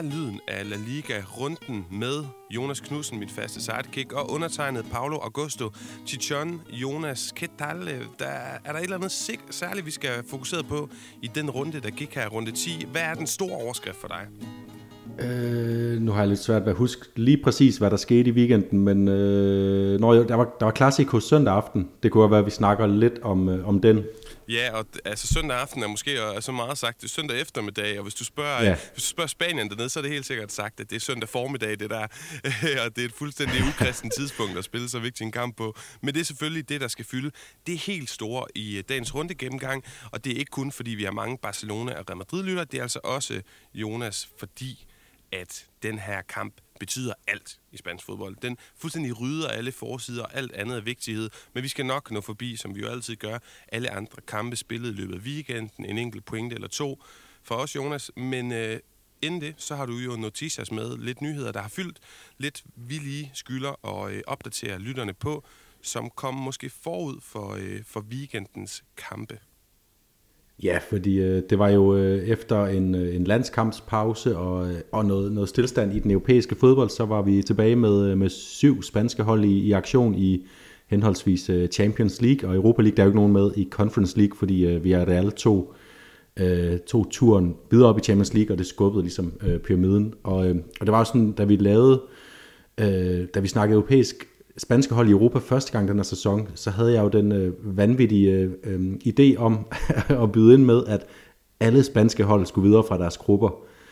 er lyden af La Liga-runden med Jonas Knudsen, mit faste sidekick, og undertegnet Paulo Augusto Chichon. Jonas, ¿qué tal? Er der et eller andet særligt, vi skal fokusere på i den runde, der gik her, runde 10? Hvad er den store overskrift for dig? Nu har jeg lidt svært ved at huske lige præcis, hvad der skete i weekenden, men der var Clasico søndag aften. Det kunne være, at vi snakker lidt om den. Ja, og altså søndag aften er måske så meget sagt, det er søndag eftermiddag, og hvis du spørger Spanien dernede, så er det helt sikkert sagt, at det er søndag formiddag, det der, og det er et fuldstændig ukristen tidspunkt at spille så vigtig en kamp på. Men det er selvfølgelig det, der skal fylde. Det er helt store i dagens runde gennemgang, og det er ikke kun, fordi vi har mange Barcelona- og Real Madrid-lytter, det er altså også, Jonas, fordi at den her kamp betyder alt i spansk fodbold. Den fuldstændig rydder alle forsider og alt andet af vigtighed, men vi skal nok nå forbi, som vi jo altid gør, alle andre kampe spillet i løbet af weekenden, en enkelt pointe eller to for os, Jonas. Men inden det, så har du jo noticias med, lidt nyheder, der har fyldt, lidt vi lige skylder og opdatere lytterne på, som kom måske forud for weekendens kampe. Ja, fordi det var jo efter en landskampspause og noget stillstand i den europæiske fodbold, så var vi tilbage med 7 spanske hold i aktion i henholdsvis Champions League og Europa League. Der er jo ikke nogen med i Conference League, fordi vi er Real tog turen videre op i Champions League, og det skubbede ligesom pyramiden. Og det var jo sådan, da vi snakkede europæisk spanske hold i Europa første gang den her sæson, så havde jeg jo den vanvittige idé om at byde ind med, at alle spanske hold skulle videre fra deres grupper.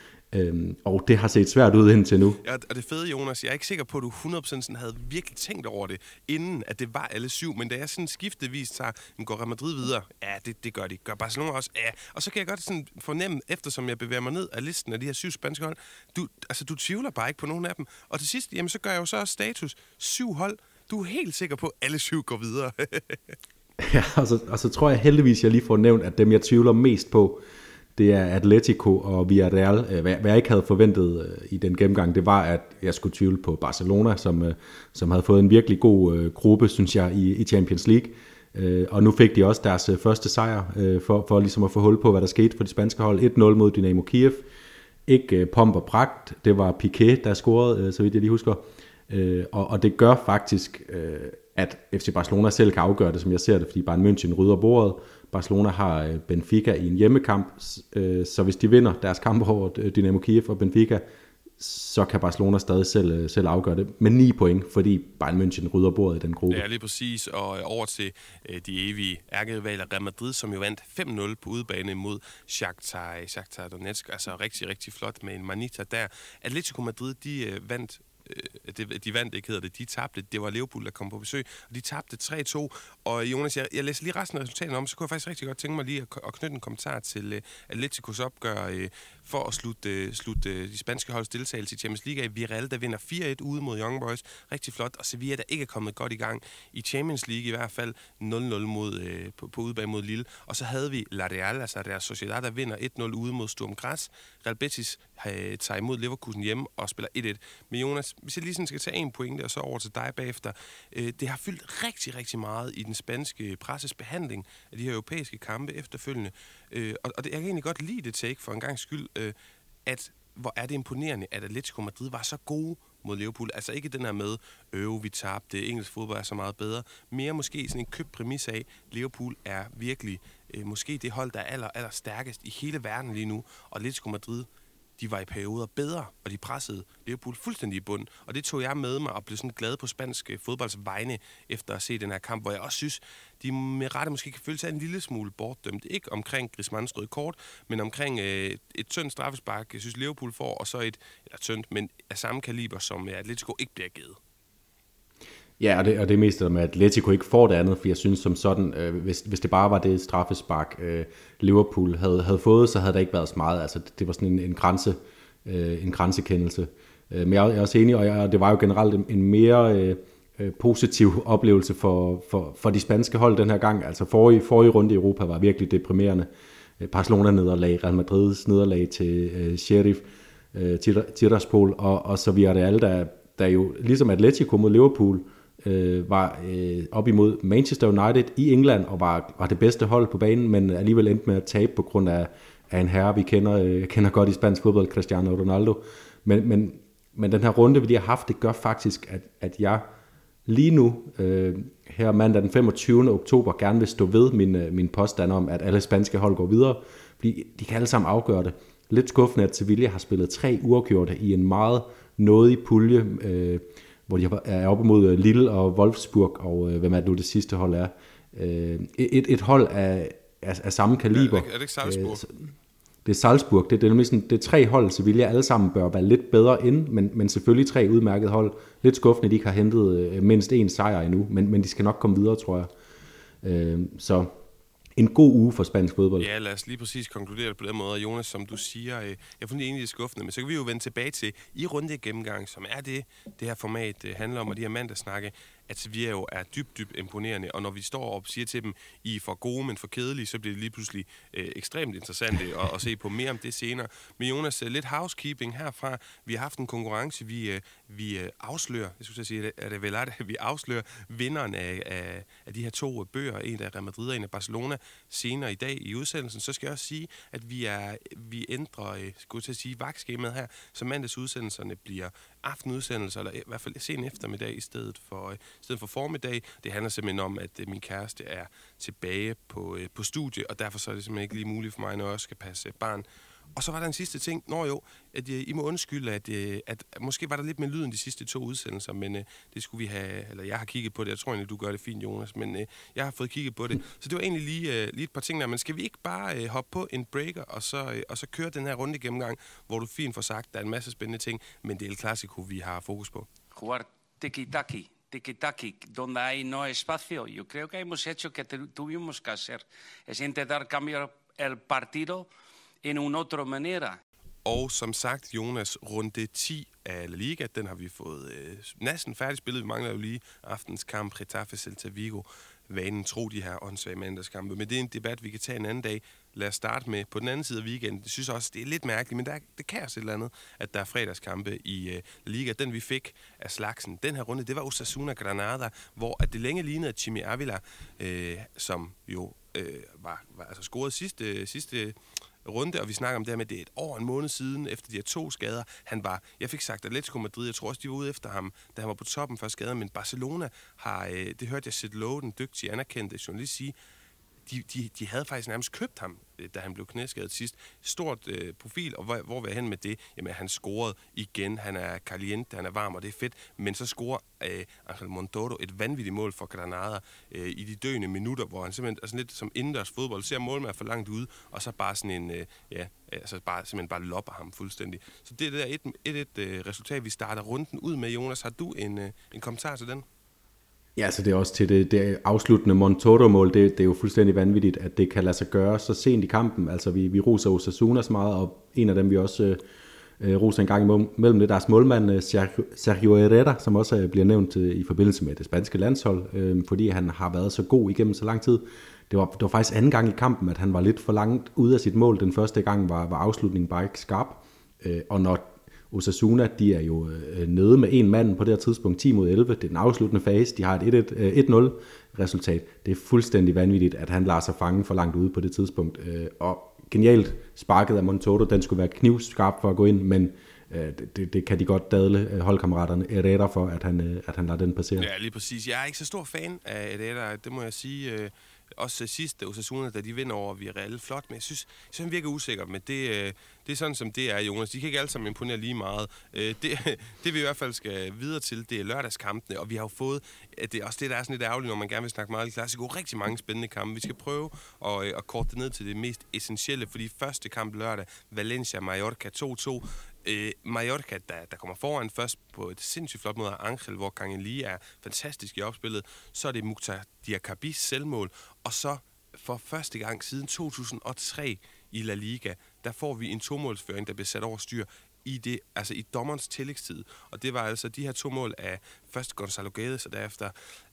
Og det har set svært ud indtil nu. Ja, og det fede, Jonas, jeg er ikke sikker på, at du 100% sådan havde virkelig tænkt over det, inden at det var alle 7, men da jeg sådan skiftevis tager, går Real Madrid videre, ja, det gør de. Gør Barcelona også, ja. Og så kan jeg godt sådan fornemme, eftersom jeg bevæger mig ned af listen af de her 7 spanske hold, du tvivler bare ikke på nogen af dem. Og til sidst, jamen så gør jeg jo så også status. 7 hold, du er helt sikker på, at alle 7 går videre. Ja, og så tror jeg heldigvis, jeg lige får nævnt, at dem jeg tvivler mest på, det er Atletico og Villarreal. Hvad jeg ikke havde forventet i den gennemgang, det var, at jeg skulle tvivle på Barcelona, som havde fået en virkelig god gruppe, synes jeg, i Champions League. Og nu fik de også deres første sejr for ligesom at få hul på, hvad der skete for de spanske hold. 1-0 mod Dynamo Kiev. Ikke pomp og pragt. Det var Piqué, der scorede, så vidt jeg lige husker. Og det gør faktisk, at FC Barcelona selv kan afgøre det, som jeg ser det, fordi Bayern München rydder bordet. Barcelona har Benfica i en hjemmekamp, så hvis de vinder deres kamp over Dynamo Kiev og Benfica, så kan Barcelona stadig selv afgøre det med 9 point, fordi Bayern München rydder bordet i den gruppe. Ja, lige præcis. Og over til de evige ærkerivaler Real Madrid, som jo vandt 5-0 på udebane mod Shakhtar Donetsk. Altså rigtig, rigtig flot med en manita der. Atletico Madrid, de vandt de tabte. Det var Liverpool, der kom på besøg, og de tabte 3-2. Og Jonas, jeg læser lige resten af resultaterne om, så kunne jeg faktisk rigtig godt tænke mig lige at knytte en kommentar til Atleticos opgør for at slutte de spanske holds deltagelse i Champions League af. Villarreal, der vinder 4-1 ude mod Young Boys. Rigtig flot. Og Sevilla, der ikke er kommet godt i gang i Champions League, i hvert fald 0-0 på udebane mod Lille. Og så havde vi La Real, altså Real Sociedad, der vinder 1-0 ude mod Sturm Graz. Real Betis tager imod Leverkusen hjemme og spiller 1-1. Men Jonas, hvis jeg lige sådan skal tage en pointe, og så over til dig bagefter. Det har fyldt rigtig, rigtig meget i den spanske presses behandling af de her europæiske kampe efterfølgende. Og jeg kan egentlig godt lide det take for en gang skyld, at hvor er det imponerende, at Atletico Madrid var så gode mod Liverpool. Altså ikke den her med, vi tabte, engelsk fodbold er så meget bedre. Mere måske sådan en købt præmis af, Liverpool er virkelig måske det hold, der er aller stærkest i hele verden lige nu. Og Atletico Madrid, de var i perioder bedre, og de pressede Liverpool fuldstændig i bund. Og det tog jeg med mig og blev sådan glad på spansk fodbolds vegne efter at se den her kamp, hvor jeg også synes, de med rette måske kan føle sig en lille smule bortdømt. Ikke omkring Griezmanns røde kort, men omkring et tyndt straffespark, jeg synes Liverpool får, og så men af samme kaliber, som Atletico ikke bliver givet. Ja, og det er mest med, at Atletico ikke får det andet, for jeg synes som sådan, hvis det bare var det straffespark, Liverpool havde fået, så havde der ikke været så meget. Altså, det var sådan en grænsekendelse. Men jeg er også enig, og det var jo generelt en mere positiv oplevelse for de spanske hold den her gang. Altså forrige runde i Europa var virkelig deprimerende. Barcelona-nederlag, Real Madrids nederlag til Sheriff Tiraspol, og så Villarreal, der jo ligesom Atletico mod Liverpool, var op imod Manchester United i England og var det bedste hold på banen, men alligevel endte med at tabe på grund af af en herre, vi kender godt i spansk fodbold, Cristiano Ronaldo. Men den her runde, vi lige har haft, det gør faktisk, at jeg lige nu, her mandag den 25. oktober, gerne vil stå ved min påstand om, at alle spanske hold går videre, fordi de kan alle sammen afgøre det. Lidt skuffende, at Sevilla har spillet 3 uafgjorte i en meget nådig pulje, hvor de er oppe mod Lille og Wolfsburg, og hvem er det nu det sidste hold er? Et hold af samme kaliber. Er det ikke Salzburg? Det er Salzburg. Det er nemlig sådan, det er 3 hold, Sevilla alle sammen bør være lidt bedre end, men selvfølgelig 3 udmærkede hold. Lidt skuffende, de ikke har hentet mindst 1 sejr endnu, men de skal nok komme videre, tror jeg. Så en god uge for spansk fodbold. Ja, lad os lige præcis konkludere det på den måde. Jonas, som du siger, jeg finder det egentlig skuffende, men så kan vi jo vende tilbage til i runde gennemgang, som er det her format handler om, og de her mandagssnakke, at Sevilla jo er dybt imponerende, og når vi står op og siger til dem, I er for gode, men for kedelige, så bliver det lige pludselig ekstremt interessant at se på mere om det senere. Men Jonas, lidt housekeeping herfra. Vi har haft en konkurrence, vi afslører, jeg skulle sige, vi afslører vinderen af de her 2 bøger, en af Real Madrid og en af Barcelona, senere i dag i udsendelsen. Så skal jeg også sige, at vi ændrer, skulle jeg sige, vagtskemaet her, så mandagsudsendelserne bliver aftenudsendelser, eller i hvert fald sen eftermiddag i stedet for formiddag. Det handler simpelthen om, at min kæreste er tilbage på studie, og derfor så er det simpelthen ikke lige muligt for mig, når jeg også skal passe barn. Og så var der en sidste ting. At I må undskylde, at måske var der lidt med lyden de sidste 2 udsendelser, men det skulle vi have, eller jeg har kigget på det. Jeg tror egentlig, du gør det fint, Jonas, men jeg har fået kigget på det. Så det var egentlig lige et par ting der. Men skal vi ikke bare hoppe på en breaker, og så køre den her runde gennemgang, hvor du fint får sagt, der er en masse spændende ting, men det er El Clásico, vi har fokus på. Jugar tiki-taki, donde hay no espacio. Yo creo que hemos hecho que tuvimos que hacer. Es intentar cambiar el partido en una otra manera. Og som sagt, Jonas, runde 10 af La Liga, den har vi fået næsten færdigspillet. Vi mangler jo lige aftens kamp, Getafe Celta Vigo. Vanen tro de her åndssvage mandagskampe. Men det er en debat, vi kan tage en anden dag. Lad os starte med på den anden side af weekenden. Jeg synes også, det er lidt mærkeligt, men det kan også et eller andet, at der er fredagskampe i La Liga. Den vi fik af slagsen. Den her runde, det var Osasuna Granada, hvor at det længe lignede, at Chimi Avila, som jo var altså scoret sidste runde, og vi snakker om det her med, det er et år, en måned siden, efter de her 2 skader. Jeg fik sagt Atletico Madrid, jeg tror også, de var ude efter ham, da han var på toppen for skader, men Barcelona har, det hørte jeg Sid Lowe, den dygtige, anerkendte journalist, sige, de havde faktisk nærmest købt ham, da han blev knæskadet sidst. Stort profil, og hvor var jeg hen med det? Jamen, han scorede igen, han er caliente, han er varm, og det er fedt, men så scorer Ángel Montoro et vanvittigt mål for Granada i de døende minutter, hvor han simpelthen, altså lidt som indendørs fodbold, ser målmand for langt ude, og så bare sådan en, simpelthen bare lopper ham fuldstændig. Så det er et resultat, vi starter runden ud med. Jonas, har du en kommentar til den? Ja, så det er også til det afsluttende Montoro-mål, det er jo fuldstændig vanvittigt, at det kan lade sig gøre så sent i kampen. Altså vi roser Osasuna så meget, og en af dem vi også roser en gang imellem det, deres målmand Sergio Herrera, som også bliver nævnt i forbindelse med det spanske landshold, fordi han har været så god igennem så lang tid. Det var faktisk anden gang i kampen, at han var lidt for langt ude af sit mål. Den første gang var afslutningen bare ikke skarp, og når Osasuna, de er jo nede med 1 mand på det her tidspunkt, 10 mod 11. Det er den afsluttende fase. De har et 1-0 resultat. Det er fuldstændig vanvittigt, at han lader sig fange for langt ude på det tidspunkt. Og genialt sparket af Montoro. Den skulle være knivskarp for at gå ind, men det kan de godt dadle holdkammeraterne Herrera for, at han lader den passere. Ja, lige præcis. Jeg er ikke så stor fan af Herrera, det må jeg sige. Også sidst Osasuna, da de vinder over Villarreal, flot, men jeg synes han virker usikker, men det er sådan, som det er, Jonas. De kan ikke alle sammen imponere lige meget. Det vi i hvert fald skal videre til, det er lørdagskampene, og vi har jo fået, det er også det, der er sådan lidt ærgerligt, når man gerne vil snakke meget i Clásico, rigtig mange spændende kampe. Vi skal prøve at korte det ned til det mest essentielle, fordi første kamp lørdag, Valencia-Mallorca 2-2. Mallorca, der kommer foran først på et sindssygt flot mod af Ángel, hvor Kangeli er fantastisk i opspillet. Så er det Mukhtar Diakabis selvmål, og så for første gang siden 2003 i La Liga, der får vi en 2-målsføring, der bliver sat over styr i dommerens tillægstid. Og det var altså de her 2 mål af først Gonzalo Guedes, og derefter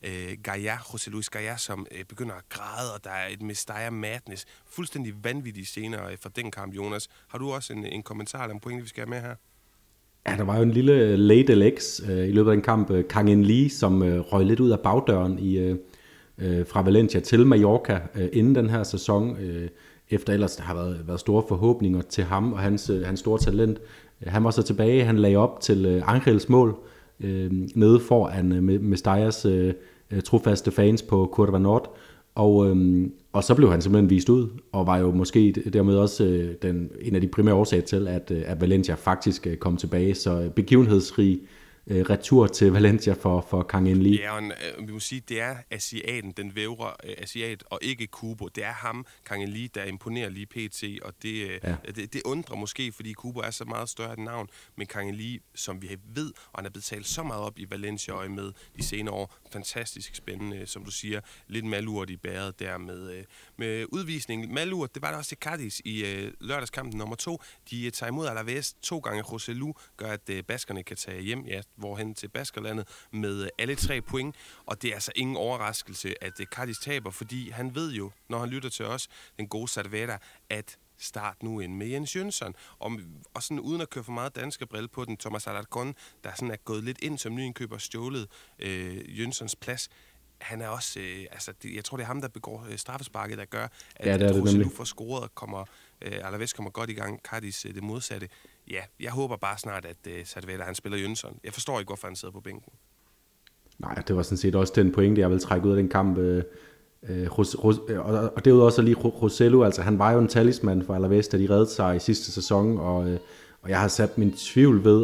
José Luis Gaya, som begynder at græde, og der er et Mestalla Madness. Fuldstændig vanvittige scener fra den kamp, Jonas. Har du også en kommentar om pointen, vi skal have med her? Ja, der var jo en lille late LX i løbet af den kamp. Kang Lee, som røg lidt ud af bagdøren fra Valencia til Mallorca inden den her sæson. efter ellers der har været store forhåbninger til ham og hans store talent. Han var så tilbage, han lagde op til Angels mål, nede foran Mestallas trofaste fans på Curva Nord, og så blev han simpelthen vist ud, og var jo måske dermed også en af de primære årsager til, at Valencia faktisk kom tilbage, så begivenhedsrig retur til Valencia for Kang In Lee. Ja, og vi må sige, det er asiaten, den vævre asiat, og ikke Kubo. Det er ham, Kang In Lee, der imponerer lige pt. Og det undrer måske, fordi Kubo er så meget større et navn, men Kang In Lee, som vi ved, og han er blevet talt så meget op i Valencia og med de senere år, fantastisk spændende, som du siger, lidt malurt i bæret der med udvisning. Malurt, det var der også til Cadiz i lørdagskampen nummer 2. De tager imod Alaves 2 gange. José Lu gør, at baskerne kan tage hjem, hvorhen til Baskerlandet med alle 3 point, og det er altså ingen overraskelse, at Cadiz taber, fordi han ved jo, når han lytter til os, den gode Cervera, at start nu ind med Jens Jønsson. Og sådan uden at køre for meget danske brille på den, Thomas Alarcón, der sådan er gået lidt ind som nyindkøber og stjålet Jønssons plads. Han er også, jeg tror det er ham, der begår straffesparket, der gør, at José Lu får scoret og Alaves kommer godt i gang, Cadiz det modsatte. Ja, jeg håber bare snart, at Cervera, han spiller Jønsson. Jeg forstår ikke, hvorfor han sidder på bænken. Nej, det var sådan set også den pointe, jeg vil trække ud af den kamp. Og derudover så lige José Lu, altså han var jo en talisman for Alaves, da de reddede sig i sidste sæson, og jeg har sat min tvivl ved,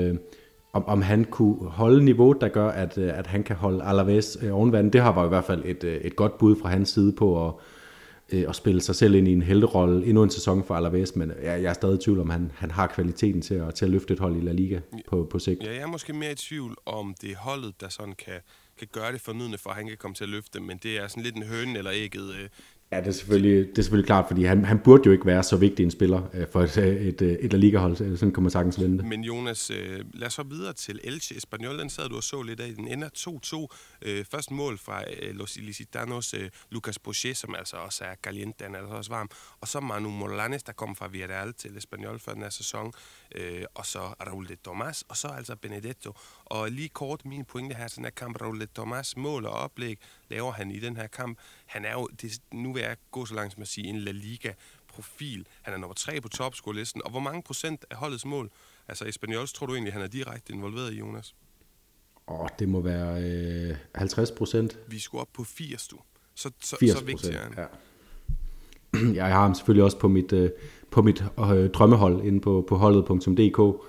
om han kunne holde niveau, der gør, at han kan holde Alaves ovenvand. Det har var i hvert fald et godt bud fra hans side på at spille sig selv ind i en helterolle endnu en sæson for Alaves, men jeg er stadig i tvivl om, han har kvaliteten til at løfte et hold i La Liga på sigt. Ja, jeg er måske mere i tvivl om det holdet, der sådan kan gøre det fornødne for, at han kan komme til at løfte, men det er sådan lidt en høne eller ægget. Ja, det er selvfølgelig klart, fordi han burde jo ikke være så vigtig en spiller for et La Liga-hold, sådan kan man sagtens vente. Men Jonas, lad os så videre til Elche Espanyol, den sad du og så lidt af, den ender 2-2. Først mål fra Los Ilicitanos, Lucas Boché, som altså også er caliente, han er altså også varm, og så Manu Morlanes, der kom fra Villarreal til Espanyol før den her sæson, og så Raúl de Tomás, og så altså Benedetto. Og lige kort, min pointe her til den her kamp, Raúl de Tomás, mål og oplæg laver han i den her kamp. Han er jo, nu vil jeg gå så langt som at sige, en La Liga-profil. Han er nummer 3 på topscore-listen. Og hvor mange procent af holdets mål, altså Espanyols, tror du egentlig, han er direkte involveret i, Jonas? Det må være 50%. Vi skulle op på 80, du. Så vigtigt er han. Ja. Jeg har ham selvfølgelig også på mit drømmehold inde på holdet.dk.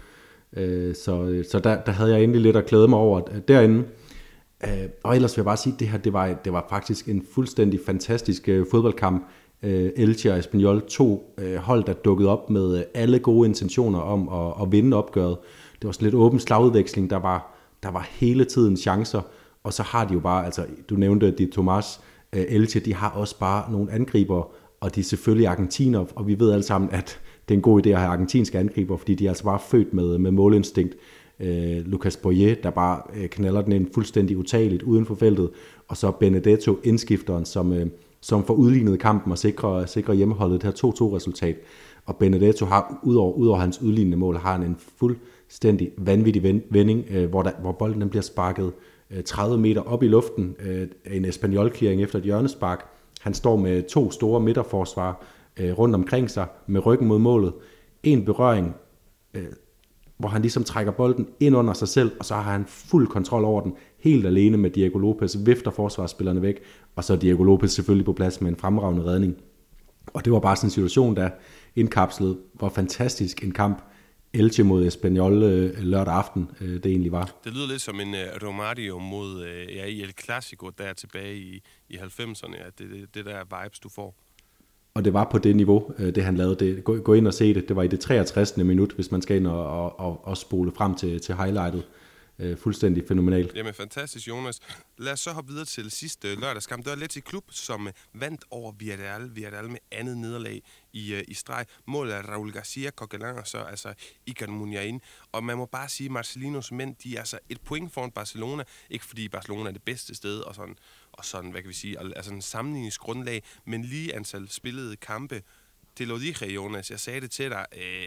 Så der havde jeg endelig lidt at glæde mig over derinde. Og ellers vil jeg bare sige, at det var faktisk en fuldstændig fantastisk fodboldkamp. Elche og Espanyol, 2 hold, der dukkede op med alle gode intentioner om at vinde opgøret. Det var sådan lidt åben slagudveksling, der var hele tiden chancer, og så har de jo bare, altså du nævnte de Tomás, Elche, de har også bare nogle angriber, og de er selvfølgelig argentiner, og vi ved alle sammen, at det er en god idé at have argentinske angriber, fordi de er altså bare født med målinstinkt. Lucas Boyer, der bare knalder den ind fuldstændig utageligt uden for feltet, og så Benedetto, indskifteren, som får udlignet kampen og sikrer hjemmeholdet det her 2-2-resultat. Og Benedetto har, udover hans udlignende mål, har han en fuldstændig vanvittig vending, hvor bolden den bliver sparket 30 meter op i luften, en Espanyol-clearing efter et hjørnespark. Han står med 2 store midterforsvar rundt omkring sig, med ryggen mod målet. En berøring, hvor han ligesom trækker bolden ind under sig selv, og så har han fuld kontrol over den, helt alene med Diego Lopez, vifter forsvarsspillerne væk, og så er Diego Lopez selvfølgelig på plads med en fremragende redning. Og det var bare sådan en situation, der indkapslede, hvor fantastisk en kamp Elche mod Espanyol lørdag aften det egentlig var. Det lyder lidt som en Romario mod i El Clasico, der tilbage i 90'erne, at det der vibes, du får. Og det var på det niveau, det han lavede. Gå ind og se det. Det var i det 63. minut, hvis man skal ind og spole frem til highlightet. Fuldstændig fænomenalt. Jamen fantastisk, Jonas. Lad os så hoppe videre til sidste lørdagskamp. Det var Athletic Klub, som vandt over Villarreal med andet nederlag i streg. Målet af Raúl García, Coquelin og så altså Iker Muniain. Og man må bare sige, at Marcelinos mænd, de er altså et point foran Barcelona. Ikke fordi Barcelona er det bedste sted og sådan, hvad kan vi sige, altså en sammenligningsgrundlag, men lige antal spillede kampe. Det lo dije, Jonas. Jeg sagde det til dig.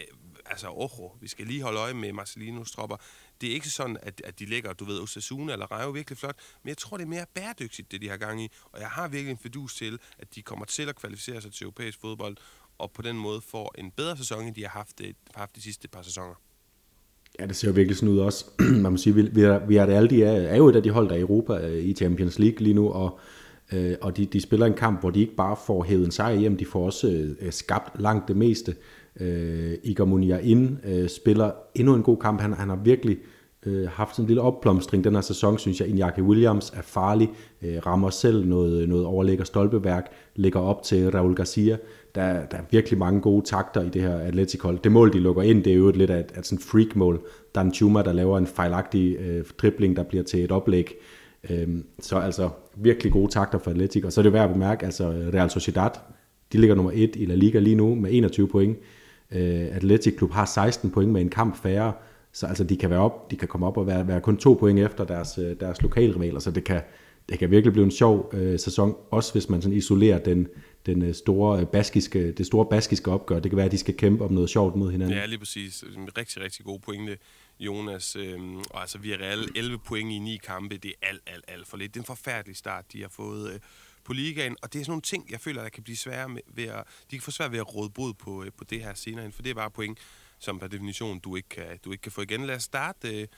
vi skal lige holde øje med Marcelinos tropper. Det er ikke sådan, at de ligger, du ved, Osasuna eller Rayo virkelig flot, men jeg tror, det er mere bæredygtigt, det de har gang i, og jeg har virkelig en fidus til, at de kommer til at kvalificere sig til europæisk fodbold, og på den måde får en bedre sæson, end de har haft de sidste par sæsoner. Ja, det ser jo virkelig sådan ud også. Man må sige, Villarreal, de er jo et af de hold, der er i Europa i Champions League lige nu, og de spiller en kamp, hvor de ikke bare får hævet en sejr hjem, de får også skabt langt det meste. Igor Muniain spiller endnu en god kamp. Han har virkelig haft sådan en lille opblomstring den her sæson, synes jeg. Iñaki Williams er farlig, rammer selv noget overlægger stolpeværk, lægger op til Raúl Garcia. Der er virkelig mange gode takter i det her Atletico-hold. Det mål, de lukker ind, det er jo lidt af et sådan freak-mål. Der er en Chuma, der laver en fejlagtig dribling, der bliver til et oplæg. Så altså virkelig gode takter for Atletico. Og så er det værd at bemærke, altså Real Sociedad, de ligger nummer 1 i La Liga lige nu med 21 point. Athletic Klub har 16 point med en kamp færre, så altså de kan komme op og være kun 2 point efter deres lokalrivaler, så det kan virkelig blive en sjov sæson, også hvis man sådan isolerer det store baskiske opgør. Det kan være, at de skal kæmpe om noget sjovt mod hinanden. Ja, lige præcis. En rigtig, rigtig god pointe, Jonas. Og altså, vi har reelt 11 point i 9 kampe. Det er alt for lidt. Det er en forfærdelig start, de har fået på ligaen, og det er sådan nogle ting, jeg føler, der kan blive svære de kan få svært ved at råde bod på det her senere hen, for det er bare point, som per definition du ikke kan få igen. Lad os starte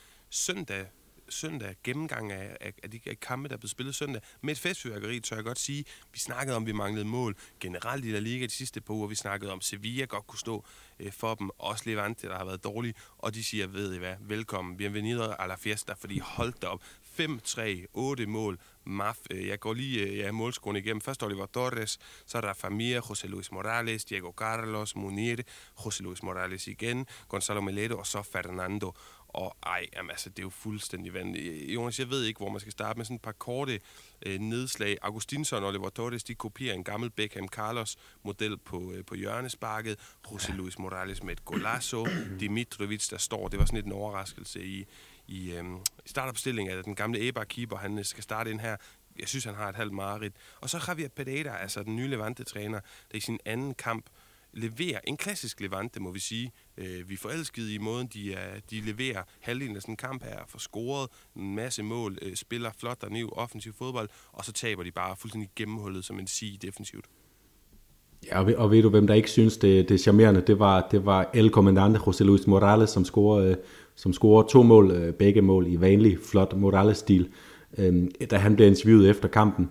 søndag gennemgang af de kampe, der er blevet spillet søndag. Med et festfyrværkeri, tør jeg godt sige. Vi snakkede om, vi manglede mål generelt i La Liga de sidste par uger. Vi snakkede om, Sevilla godt kunne stå for dem. Også Levante, der har været dårlige. Og de siger, ved I hvad, velkommen. Bienvenido a la fiesta, fordi holdt op. 5-3, 8 mål. Jeg går lige målscoren igennem. Først Oliver Torres, så Rafa Mir, José Luis Morales, Diego Carlos, Munir, José Luis Morales igen, Gonzalo Melero og så Fernando. Og det er jo fuldstændig vanvittigt. Jonas, jeg ved ikke, hvor man skal starte med sådan et par korte nedslag. Augustinsson og Oliver Torres, de kopierer en gammel Beckham Carlos-model på hjørnesparket. José Luis Morales med et golazo. Dimitrovic, der står, det var sådan lidt en overraskelse i startopstillingen af den gamle Eibar-keeper. Han skal starte ind her. Jeg synes, han har et halvt mareridt. Og så Javier Pereira, altså den nye Levante-træner, der i sin anden kamp leverer en klassisk Levante, må vi sige. Vi er forelskede i måden, de leverer halvdelen af sådan en kamp her, får scoret en masse mål, spiller flot og ny offensiv fodbold, og så taber de bare fuldstændig gennemhullet som en sige defensivt. Ja, og ved du, hvem der ikke synes, det er charmerende? Det var El Comandante José Luis Morales, som scorer 2 mål, begge mål i vanlig flot Morales-stil. Da han blev interviewet efter kampen,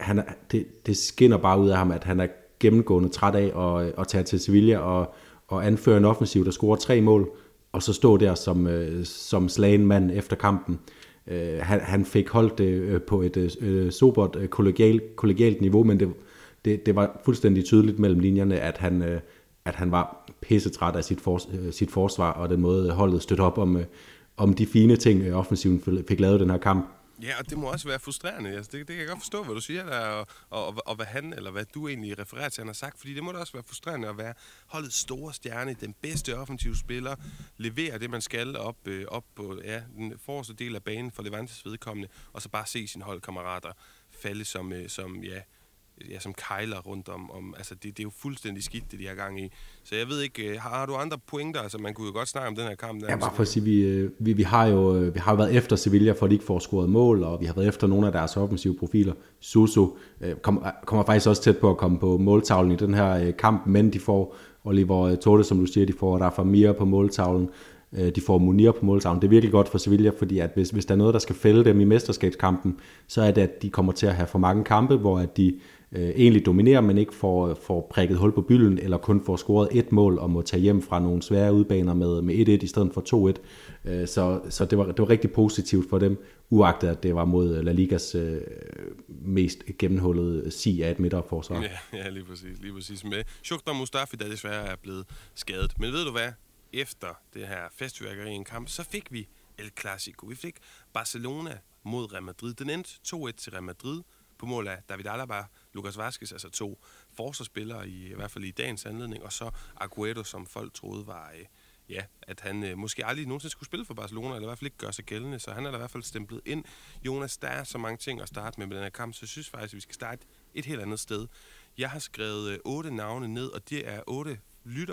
det skinner bare ud af ham, at han er gennemgående træt af at tage til Sevilla og anføre en offensiv, der scorer 3 mål, og så stå der som slagen mand efter kampen. Han fik holdt det på et sobert kollegialt niveau, men det var fuldstændig tydeligt mellem linjerne, at han var pissetræt af sit forsvar, og den måde holdet støtte op om de fine ting, offensiven fik lavet den her kamp. Ja, og det må også være frustrerende. Altså, det kan jeg godt forstå, hvad du siger der, og hvad han, eller hvad du egentlig refererer til, han har sagt, fordi det må da også være frustrerende at være holdets store stjerne, den bedste offensive spiller, levere det, man skal op på den forreste del af banen for Levantes vedkommende, og så bare se sine holdkammerater falde som kejler rundt om. Altså, det er jo fuldstændig skidt, det de har gang i. Så jeg ved ikke, har du andre pointer? Altså, man kunne jo godt snakke om den her kamp. Ja, bare for at sige, vi har jo været efter Sevilla, for at de ikke får scoret mål, og vi har været efter nogle af deres offensive profiler. Suso kommer faktisk også tæt på at komme på måltavlen i den her kamp, men de får Oliver Torres, som du siger, de får Rafa Mir på måltavlen, de får Munir på måltavlen. Det er virkelig godt for Sevilla, fordi at hvis der er noget, der skal fælde dem i mesterskabskampen, så er det, at de kommer til at have for mange kampe, hvor at de egentlig dominerer, men ikke får prikket hul på bylden, eller kun får scoret 1 mål og må tage hjem fra nogle svære udbaner med 1-1 i stedet for 2-1. Så det var rigtig positivt for dem, uagtet at det var mod La Ligas mest gennemhullede af et midterforsvar. Ja, lige præcis. Med Shukra Mustafi, der desværre er blevet skadet. Men ved du hvad? Efter det her festfyrværkeri i en kamp, så fik vi El Clasico. Vi fik Barcelona mod Real Madrid. Den endte 2-1 til Real Madrid på mål af David Alaba, Lucas Vázquez, altså 2 forsvarsspillere i hvert fald i dagens anledning, og så Agüero, som folk troede var, at han måske aldrig nogensinde skulle spille for Barcelona, eller i hvert fald ikke gøre sig gældende, så han er da i hvert fald stemplet ind. Jonas, der er så mange ting at starte med den her kamp, så jeg synes faktisk, at vi skal starte et helt andet sted. Jeg har skrevet 8 navne ned, og det er 8 lyttere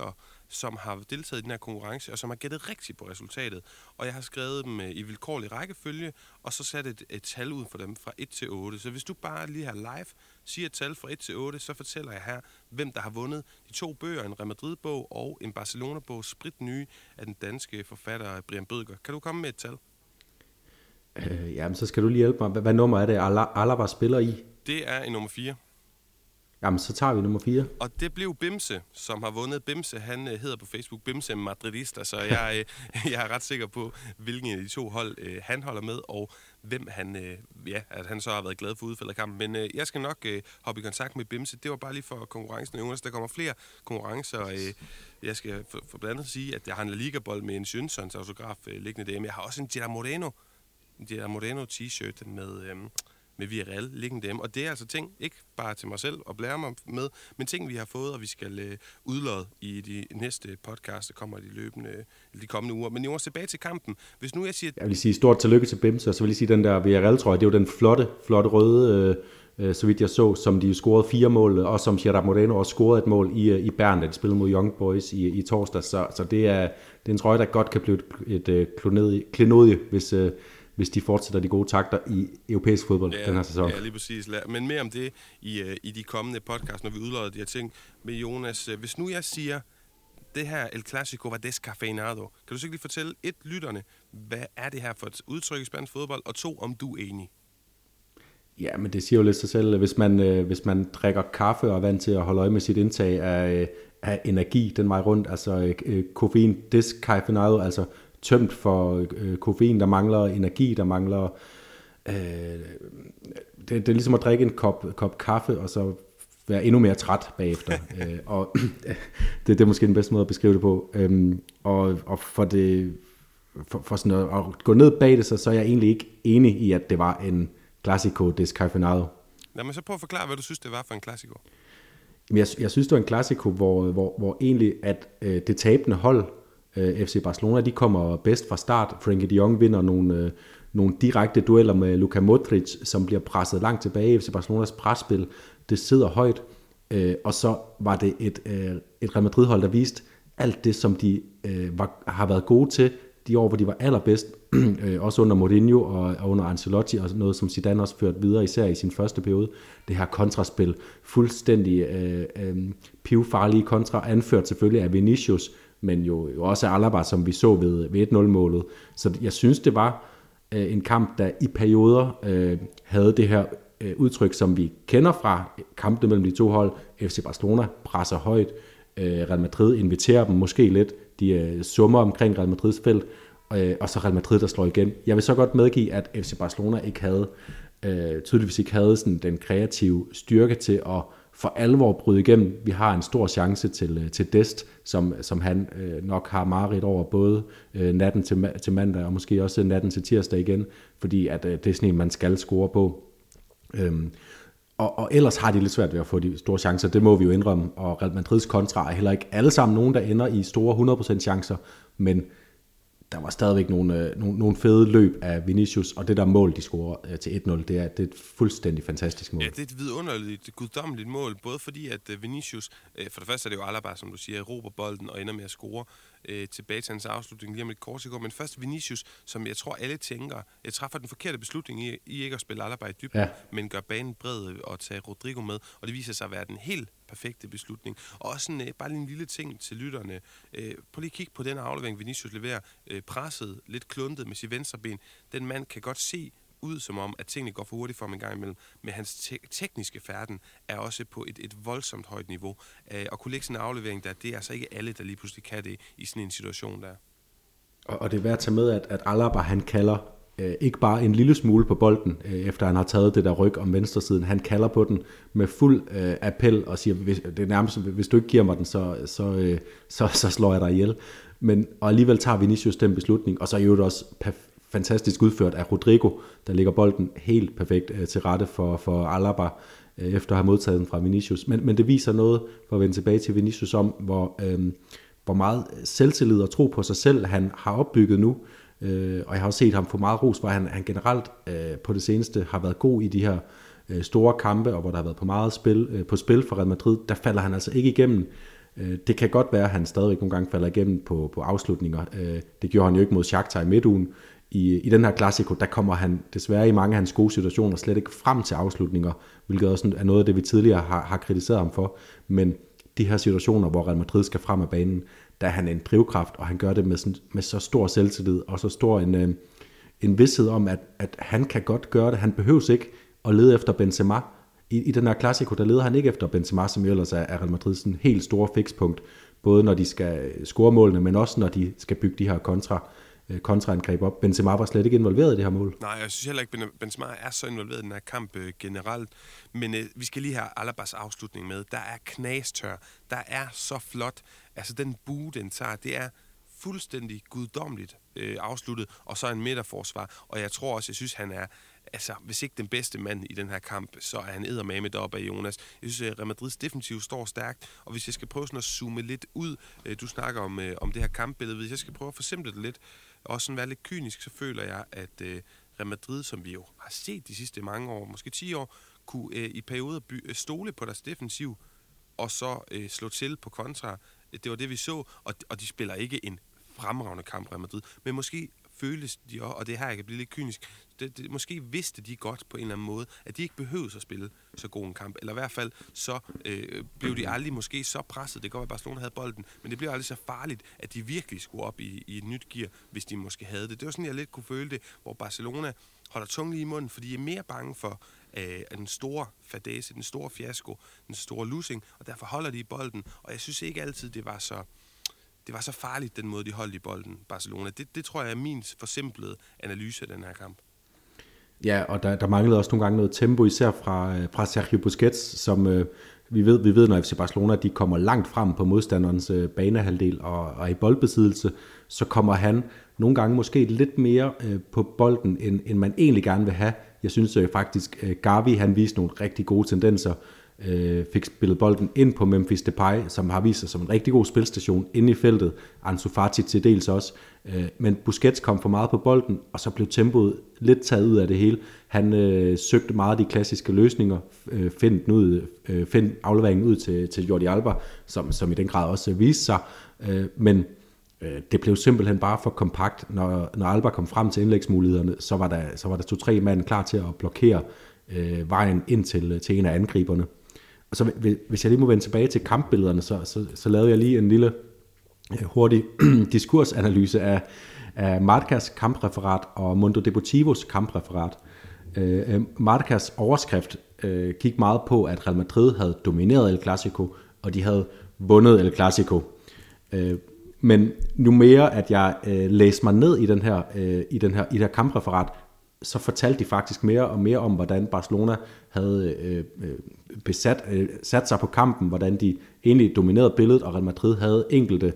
som har deltaget i den her konkurrence, og som har gættet rigtigt på resultatet. Og jeg har skrevet dem i vilkårlig rækkefølge, og så sat et tal ud for dem fra 1 til 8. Så hvis du bare lige her live siger et tal fra 1 til 8, så fortæller jeg her, hvem der har vundet de 2 bøger, en Real Madrid-bog og en Barcelona-bog, spritnye af den danske forfatter Brian Bødker. Kan du komme med et tal? Jamen, så skal du lige hjælpe mig. Hvad nummer er det, Alaba spiller i? Det er i nummer 4. Jamen, så tager vi nummer 4. Og det blev Bimse, som har vundet. Bimse, han hedder på Facebook Bimse Madridista, så jeg er ret sikker på, hvilken af de 2 hold han holder med, og hvem at han så har været glad for udfaldet af kampen. Men jeg skal nok hoppe i kontakt med Bimse. Det var bare lige for konkurrencen. Jonas, der kommer flere konkurrencer. Jeg skal for blandt andet sige, at jeg har en La Liga-bold med en Jønssons autograf liggende derhjemme. Jeg har også en Gerard Moreno t-shirt med Villarreal liggende dem. Og det er altså ting, ikke bare til mig selv at blære mig med, men ting, vi har fået, og vi skal udlåde i de næste podcast, der kommer de kommende uger. Men Jonas, tilbage til kampen. Hvis nu jeg siger... Jeg vil sige stort tillykke til Bimse, og så vil jeg sige, den der Villarreal-trøje, det er jo den flotte røde, så vidt jeg så, som de scorede 4 mål, og som Gerard Moreno også scorede et mål i Bern, da de spillede mod Young Boys i torsdag. Så det er en trøje, der godt kan blive et klenodie, hvis de fortsætter de gode takter i europæisk fodbold den her sæson. Ja, lige præcis. Men mere om det i de kommende podcast, når vi udlodder de her ting. Men Jonas, hvis nu jeg siger, det her El Clásico var descafeinado, kan du så ikke lige fortælle lytterne, hvad er det her for et udtryk i spansk fodbold, og 2, om du er enig? Ja, men det siger jo lidt sig selv. Hvis man drikker kaffe og er vant til at holde øje med sit indtag af energi den vej rundt, altså koffein descafeinado, altså tømt for koffein, der mangler energi, der mangler... Det er ligesom at drikke en kop kaffe, og så være endnu mere træt bagefter. Og det er måske den bedste måde at beskrive det på. Og for sådan at gå ned bag det, så er jeg egentlig ikke enig i, at det var en Clásico descafeinado. Lad mig så prøve at forklare, hvad du synes, det var for en Clásico. Jeg synes, det var en Clásico, hvor egentlig at det tabende hold, FC Barcelona, de kommer bedst fra start. Frenkie de Jong vinder nogle direkte dueller med Luka Modric, som bliver presset langt tilbage. FC Barcelonas presspil, det sidder højt. Og så var det et Real Madrid-hold, der viste alt det, som de har været gode til de år, hvor de var allerbedst. Også under Mourinho og under Ancelotti, og noget, som Zidane også førte videre, især i sin første periode. Det her kontraspil, fuldstændig pivfarlige kontra, anført selvfølgelig af Vinicius, men jo også Alaba, som vi så ved 1-0-målet. Så jeg synes, det var en kamp, der i perioder havde det her udtryk, som vi kender fra kampene mellem de 2 hold. FC Barcelona presser højt, Real Madrid inviterer dem måske lidt, de summer omkring Real Madrids felt, og så Real Madrid, der slår igen. Jeg vil så godt medgive, at FC Barcelona tydeligvis ikke havde sådan den kreative styrke til at for alvor bryde igennem. Vi har en stor chance til Dest, som han nok har mareridt over, både natten til mandag og måske også natten til tirsdag igen, fordi at det er sådan en, man skal score på. Og ellers har de lidt svært ved at få de store chancer, det må vi jo indrømme, og Real Madrids kontra er heller ikke alle sammen nogen, der ender i store 100% chancer, men der var stadigvæk nogle fede løb af Vinicius, og det der mål, de scorer til 1-0, det er et fuldstændig fantastisk mål. Ja, det er et vidunderligt, guddommeligt mål, både fordi, at Vinicius, for det første er det jo Alaba, som du siger, råber bolden og ender med at score tilbage til hans afslutning lige om et kort sekund, men først Vinicius, som jeg tror alle tænker, jeg træffer den forkerte beslutning i ikke at spille Alaba i dybden, men gør banen bred og tage Rodrigo med, og det viser sig at være den helt perfekte beslutning. Og også bare lige en lille ting til lytterne. Prøv lige at kigge på den aflevering, Vinicius leverer, presset, lidt kluntet med sit venstre ben. Den mand kan godt se ud som om, at tingene går for hurtigt for ham en gang imellem, men hans tekniske færden er også på et voldsomt højt niveau. Og kunne lægge sådan en aflevering der, det er altså ikke alle, der lige pludselig kan det i sådan en situation der. Og det er værd at tage med, at Alaba, han kalder ikke bare en lille smule på bolden, efter han har taget det der ryg om venstresiden. Han kalder på den med fuld appel og siger, det er nærmest, hvis du ikke giver mig den, så slår jeg dig ihjel. Og alligevel tager Vinicius den beslutning, og så er jo det også fantastisk udført af Rodrigo, der lægger bolden helt perfekt til rette for Alaba, efter at have modtaget den fra Vinicius. Men det viser noget, for at vende tilbage til Vinicius, om hvor meget selvtillid og tro på sig selv han har opbygget nu. Og jeg har også set ham få meget ros, hvor han generelt på det seneste har været god i de her store kampe, og hvor der har været på meget spil for Real Madrid. Der falder han altså ikke igennem. Det kan godt være, at han stadigvæk nogle gange falder igennem på afslutninger. Det gjorde han jo ikke mod Shakhtar i midtugen. I den her Clasico, der kommer han desværre i mange af hans gode situationer slet ikke frem til afslutninger, hvilket også er noget af det, vi tidligere har kritiseret ham for. Men de her situationer, hvor Real Madrid skal frem af banen, der er han en drivkraft, og han gør det med så stor selvtillid, og så stor en vidsthed om, at han kan godt gøre det. Han behøves ikke at lede efter Benzema. I den her Clasico, der leder han ikke efter Benzema, som jo ellers er Real Madrids sådan helt store fikspunkt, både når de skal score målene, men også når de skal bygge de her kontraangreb op. Benzema var slet ikke involveret i det her mål. Nej, jeg synes heller ikke, at Benzema er så involveret i den her kamp generelt. Men vi skal lige have Alabas afslutning med. Der er knastør. Der er så flot. Altså den bue, den tager, det er fuldstændig guddommeligt afsluttet. Og så en midterforsvar. Og jeg tror også, jeg synes, han er, altså hvis ikke den bedste mand i den her kamp, så er han eddermame deroppe af Jonas. Jeg synes, at Real Madrids defensiv står stærkt. Og hvis jeg skal prøve sådan at zoome lidt ud, du snakker om det her kampbillede, hvis jeg skal prøve at forsimple det lidt, og sådan være lidt kynisk, så føler jeg, at Real Madrid, som vi jo har set de sidste mange år, måske 10 år, kunne i perioder stole på deres defensiv, og så slå til på kontra. Det var det, vi så, og de spiller ikke en fremragende kamp, Real Madrid, men måske føles de også, og det her jeg kan blive lidt kynisk, måske vidste de godt på en eller anden måde, at de ikke behøvede at spille så god en kamp, eller i hvert fald så blev de aldrig måske så presset, det kan godt være, at Barcelona havde bolden, men det blev aldrig så farligt, at de virkelig skulle op i et nyt gear, hvis de måske havde det. Det var sådan, jeg lidt kunne føle det, hvor Barcelona holder tungen lige i munden, fordi de er mere bange for den store fadese, den store fiasko, den store losing, og derfor holder de i bolden, og jeg synes ikke altid, det var så farligt, den måde, de holdt i bolden, Barcelona. Det tror jeg er min forsimplede analyse af den her kamp. Ja, og der manglede også nogle gange noget tempo, især fra Sergio Busquets, som vi ved, når FC Barcelona de kommer langt frem på modstanderens banehalvdel og i boldbesiddelse, så kommer han nogle gange måske lidt mere på bolden, end man egentlig gerne vil have. Jeg synes faktisk, Gavi han viste nogle rigtig gode tendenser, fik spillet bolden ind på Memphis Depay, som har vist sig som en rigtig god spilstation inde i feltet. Ansu Fati til dels også. Men Busquets kom for meget på bolden, og så blev tempoet lidt taget ud af det hele. Han søgte meget de klassiske løsninger, find afleveringen ud til Jordi Alba, som i den grad også viste sig. Men det blev simpelthen bare for kompakt. Når Alba kom frem til indlægsmulighederne, så var der 2-3 mand klar til at blokere vejen ind til en af angriberne. Og så hvis jeg lige må vende tilbage til kampbillederne, så lavede jeg lige en lille hurtig diskursanalyse af Marcas kampreferat og Mundo Deportivos kampreferat. Marcas overskrift gik meget på, at Real Madrid havde domineret El Clasico, og de havde vundet El Clasico. Men nu mere, at jeg læste mig ned i det her kampreferat, så fortalte de faktisk mere og mere om, hvordan Barcelona havde sat sig på kampen, hvordan de egentlig dominerede billedet, og Real Madrid havde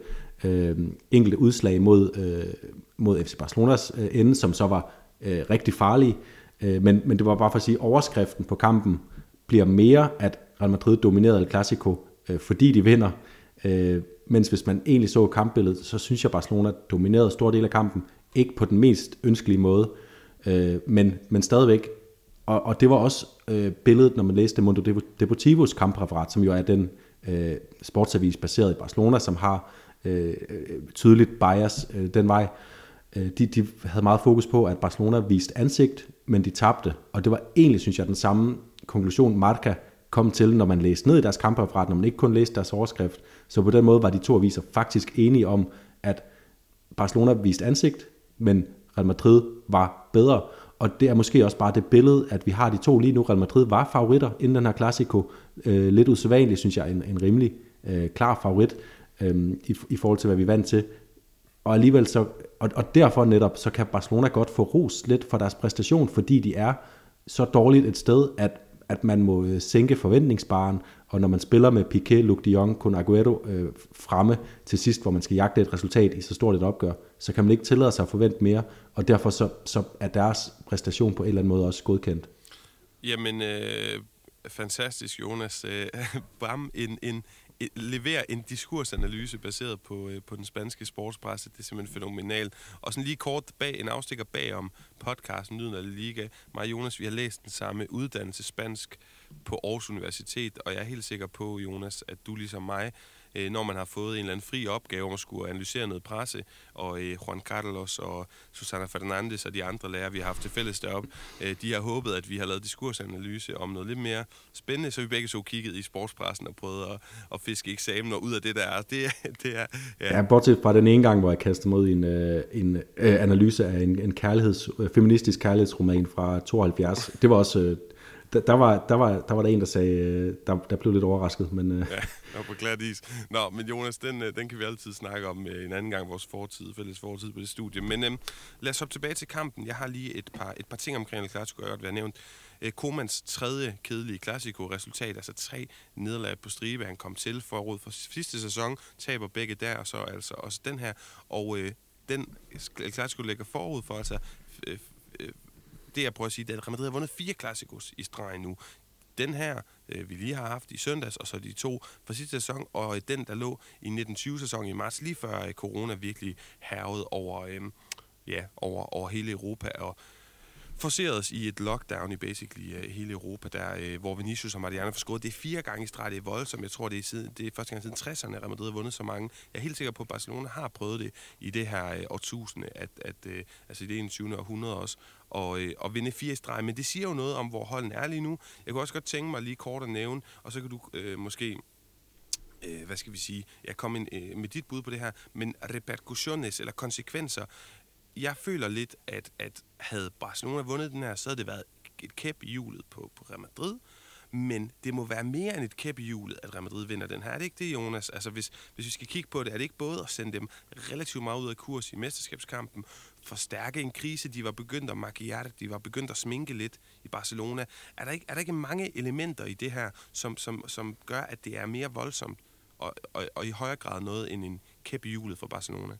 enkelte udslag mod FC Barcelonas ende, som så var rigtig farlige. Men det var bare for at sige, at overskriften på kampen bliver mere, at Real Madrid dominerede El Clasico, fordi de vinder. Mens hvis man egentlig så kampbilledet, så synes jeg, at Barcelona dominerede stor del af kampen. Ikke på den mest ønskelige måde, men stadigvæk. Og det var også billedet, når man læste Mundo Deportivos kampreferat, som jo er den sportsavis baseret i Barcelona, som har tydeligt bias den vej. De havde meget fokus på, at Barcelona viste ansigt, men de tabte. Og det var egentlig, synes jeg, den samme konklusion, Marca kom til, når man læste ned i deres kampreferat, når man ikke kun læste deres overskrift. Så på den måde var de to aviser faktisk enige om, at Barcelona viste ansigt, men Real Madrid var bedre. Og det er måske også bare det billede, at vi har de to lige nu. Real Madrid var favoritter inden den her Clasico. Lidt usædvanligt, synes jeg, en rimelig klar favorit i forhold til, hvad vi er vant til. Og alligevel så, og derfor netop, så kan Barcelona godt få ros lidt for deres præstation, fordi de er så dårligt et sted, at man må sænke forventningsbaren, og når man spiller med Piqué, Luuk de Jong, Kun Agüero fremme til sidst, hvor man skal jagte et resultat i så stort et opgør, så kan man ikke tillade sig at forvente mere, og derfor så er deres præstation på en eller anden måde også godkendt. Jamen, fantastisk, Jonas. Leverer en diskursanalyse baseret på den spanske sportspresse. Det er simpelthen fænomenalt. Og sådan lige kort en afstikker bag om podcasten Lyden af La Liga. Mig og Jonas, vi har læst den samme uddannelse spansk på Aarhus Universitet, og jeg er helt sikker på, Jonas, at du ligesom mig når man har fået en eller anden fri opgave om at skulle analysere noget presse, og Juan Carlos og Susana Fernandes og de andre lærere, vi har haft til fælles deroppe, de har håbet, at vi har lavet diskursanalyse om noget lidt mere spændende, så vi begge så kigget i sportspressen og prøvet at fiske eksamener ud af det der. Det er ja, bortset fra den ene gang, hvor jeg kastede mod en analyse af en feministisk kærlighedsroman fra 72. Det var også... Der var der en, der sagde, der blev lidt overrasket, men... Ja, og på glat is. Nå, men Jonas, den kan vi altid snakke om en anden gang, vores fælles fortid på det studie. Men lad os hoppe tilbage til kampen. Jeg har lige et par ting omkring El Clasico, jeg godt vil have nævnt. Komans tredje kedelige Clasico-resultat, altså 3 nederlag på stribe. Han kom til forud for sidste sæson, taber begge der, og så altså også den her. Og den El Clasico ligger forud for, altså... det jeg prøver at sige, det er, at Real Madrid har vundet 4 Clásicos i streg nu. Den her, vi lige har haft i søndags, og så de 2 fra sidste sæson, og den, der lå i 1920-sæsonen i marts, lige før corona virkelig hærgede over hele Europa, og forcerede os i et lockdown i basically hele Europa, der, hvor Vinicius og Mariano får scoret. Det er 4 gange i streg, det er voldsomt. Jeg tror, det er første gang siden 60'erne, at Real Madrid har vundet så mange. Jeg er helt sikker på, at Barcelona har prøvet det i det her årtusinde, altså i det 21. århundrede også, og vinde 4 i streg. Men det siger jo noget om, hvor holden er lige nu. Jeg kunne også godt tænke mig lige kort at nævne, og så kan du måske... hvad skal vi sige? Jeg kom ind med dit bud på det her, men repercussiones, eller konsekvenser. Jeg føler lidt, at havde Barcelona vundet den her, så havde det været et kæp i hjulet på Real Madrid. Men det må være mere end et kæp i hjulet, at Real Madrid vinder den her. Er det ikke det, Jonas? Altså, hvis vi skal kigge på det, er det ikke både at sende dem relativt meget ud af kurs i mesterskabskampen, forstærke en krise, de var begyndt at maquillere, de var begyndt at sminke lidt i Barcelona. Er der ikke mange elementer i det her, som gør, at det er mere voldsomt og i højere grad noget end en kæp i hjulet for Barcelona?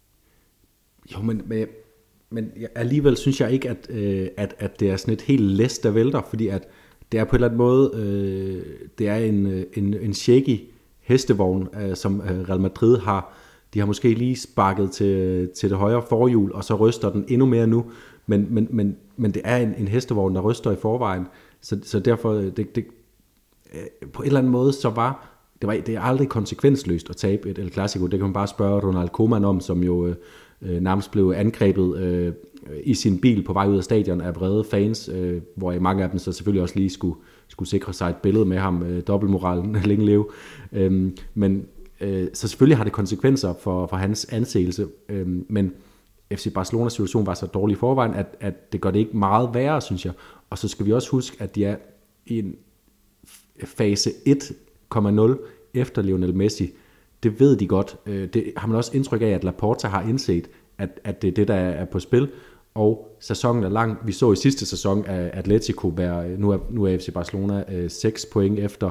Jo, men alligevel synes jeg ikke, at det er sådan et helt læs, der vælter, fordi at det er på en eller anden måde, det er en shaky hestevogn, som Real Madrid har. De har måske lige sparket til det højre forhjul, og så ryster den endnu mere nu, men det er en hestevogn, der ryster i forvejen, så derfor, det på en eller anden måde, det er aldrig konsekvensløst at tabe et El Clasico. Det kan man bare spørge Ronald Koeman om, som jo nærmest blev angrebet i sin bil på vej ud af stadion af vrede fans, hvor mange af dem så selvfølgelig også lige skulle sikre sig et billede med ham, dobbeltmoralen længe leve. Men så selvfølgelig har det konsekvenser for hans anseelse, men FC Barcelonas situation var så dårlig i forvejen, at det gør det ikke meget værre, synes jeg. Og så skal vi også huske, at de er i en fase 1,0 efter Lionel Messi. Det ved de godt. Det har man også indtryk af, at Laporta har indset, at det er det, der er på spil. Og sæsonen er lang. Vi så i sidste sæson, at Atletico nu er FC Barcelona 6 point efter,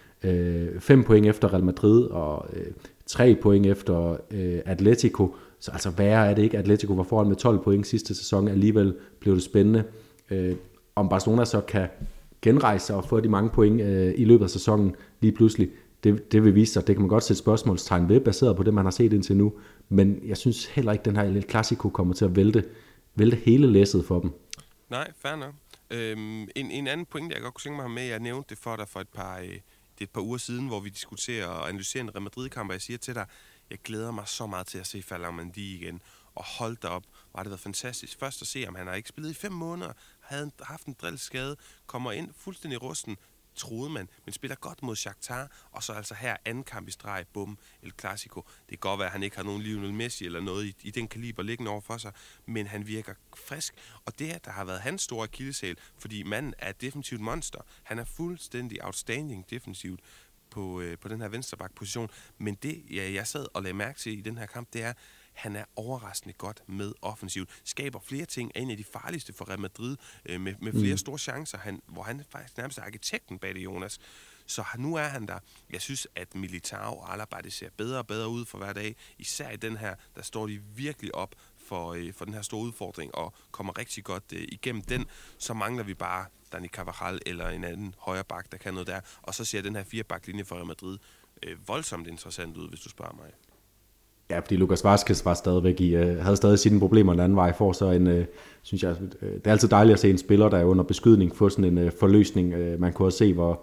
5 point efter Real Madrid og 3 point efter Atletico. Så altså værre er det ikke. Atletico var foran med 12 point sidste sæson. Alligevel blev det spændende. Om Barcelona så kan genrejse og få de mange point i løbet af sæsonen lige pludselig, det vil vise sig. Det kan man godt sætte spørgsmålstegn ved, baseret på det, man har set indtil nu. Men jeg synes heller ikke, den her El Clasico kommer til at vælte hele læsset for dem. Nej, fair nok. En anden point, jeg godt kunne tænke mig med, jeg nævnte det for dig for et par uger siden, hvor vi diskuterer og analyserer en Real Madrid-kamp, og jeg siger til dig, jeg glæder mig så meget til at se Ferland igen. Og hold da op, var det været fantastisk. Først at se, om han har ikke spillet i 5 måneder, havde haft en drillskade, kommer ind fuldstændig rusten, troede man, men spiller godt mod Shakhtar, og så altså her anden kamp i streg, bum, El Clasico. Det kan godt være, at han ikke har nogen Lionel Messi eller noget i den kaliber liggende over for sig, men han virker frisk, og det her, der har været hans store akilleshæl, fordi manden er et defensivt monster. Han er fuldstændig outstanding defensivt på den her venstreback-position, men det, jeg sad og lagde mærke til i den her kamp, det er, han er overraskende godt med offensivt. Skaber flere ting, er en af de farligste for Real Madrid, med flere store chancer, hvor han faktisk nærmest er arkitekten bag det, Jonas. Så nu er han der. Jeg synes, at Militao og Alaba, det ser bedre og bedre ud for hver dag. Især i den her, der står de virkelig op for den her store udfordring, og kommer rigtig godt igennem den. Så mangler vi bare Dani Carvajal eller en anden højre bak, der kan noget der. Og så ser den her 4-baklinje for Real Madrid voldsomt interessant ud, hvis du spørger mig. Ja, fordi Lucas Vázquez var stadigvæk havde stadig sine problemer den anden vej. For så synes jeg, det er altid dejligt at se en spiller, der er under beskydning, få sådan en forløsning. Man kunne også se, hvor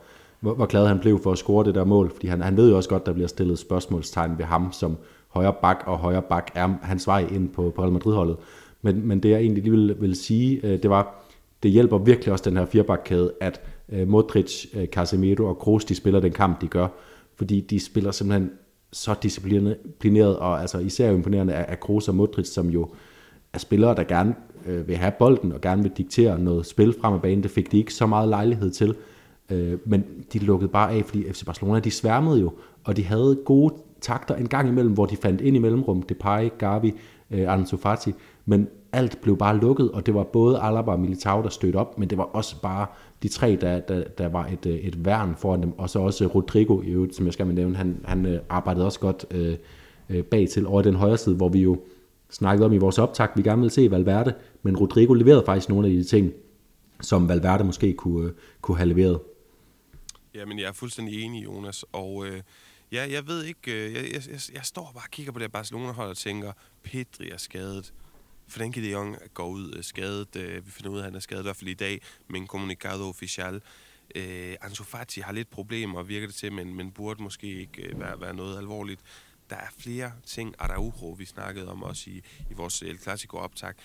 hvor glad han blev for at score det der mål, fordi han ved jo også godt, der bliver stillet spørgsmålstegn ved ham som højre bak er hans vej ind på Real Madrid-holdet. Men det jeg egentlig lige vil sige, det hjælper virkelig også den her firebakkæde, at Modric, Casemiro og Kroos, de spiller den kamp, de gør, fordi de spiller simpelthen så disciplineret, og altså især imponerende af Kroos og Modric, som jo er spillere, der gerne vil have bolden og gerne vil diktere noget spil frem af banen. Det fik de ikke så meget lejlighed til, men de lukkede bare af, fordi FC Barcelona, de sværmede jo, og de havde gode takter en gang imellem, hvor de fandt ind i mellemrum, Depay, Gavi, Ansu Fati, men alt blev bare lukket, og det var både Alaba og Militao, der stødte op, men det var også bare de tre, der var et værn foran dem, og så også Rodrigo, i øvrigt, som jeg skal nævne, han arbejdede også godt bag til over den højre side, hvor vi jo snakkede om i vores optakt, vi gerne ville se Valverde, men Rodrigo leverede faktisk nogle af de ting, som Valverde måske kunne have leveret. Jamen, jeg er fuldstændig enig, Jonas, og jeg ved ikke, jeg står bare og kigger på det Barcelona-hold og tænker, Pedri er skadet, Frenkie de Jong går ud skadet, vi finder ud af, at han er skadet i hvert fald i dag, men Comunicado Oficial. Ansu Fati har lidt problemer, virker det til, men burde måske ikke være noget alvorligt. Der er flere ting, Araujo, vi snakkede om også i vores El Clasico-optag.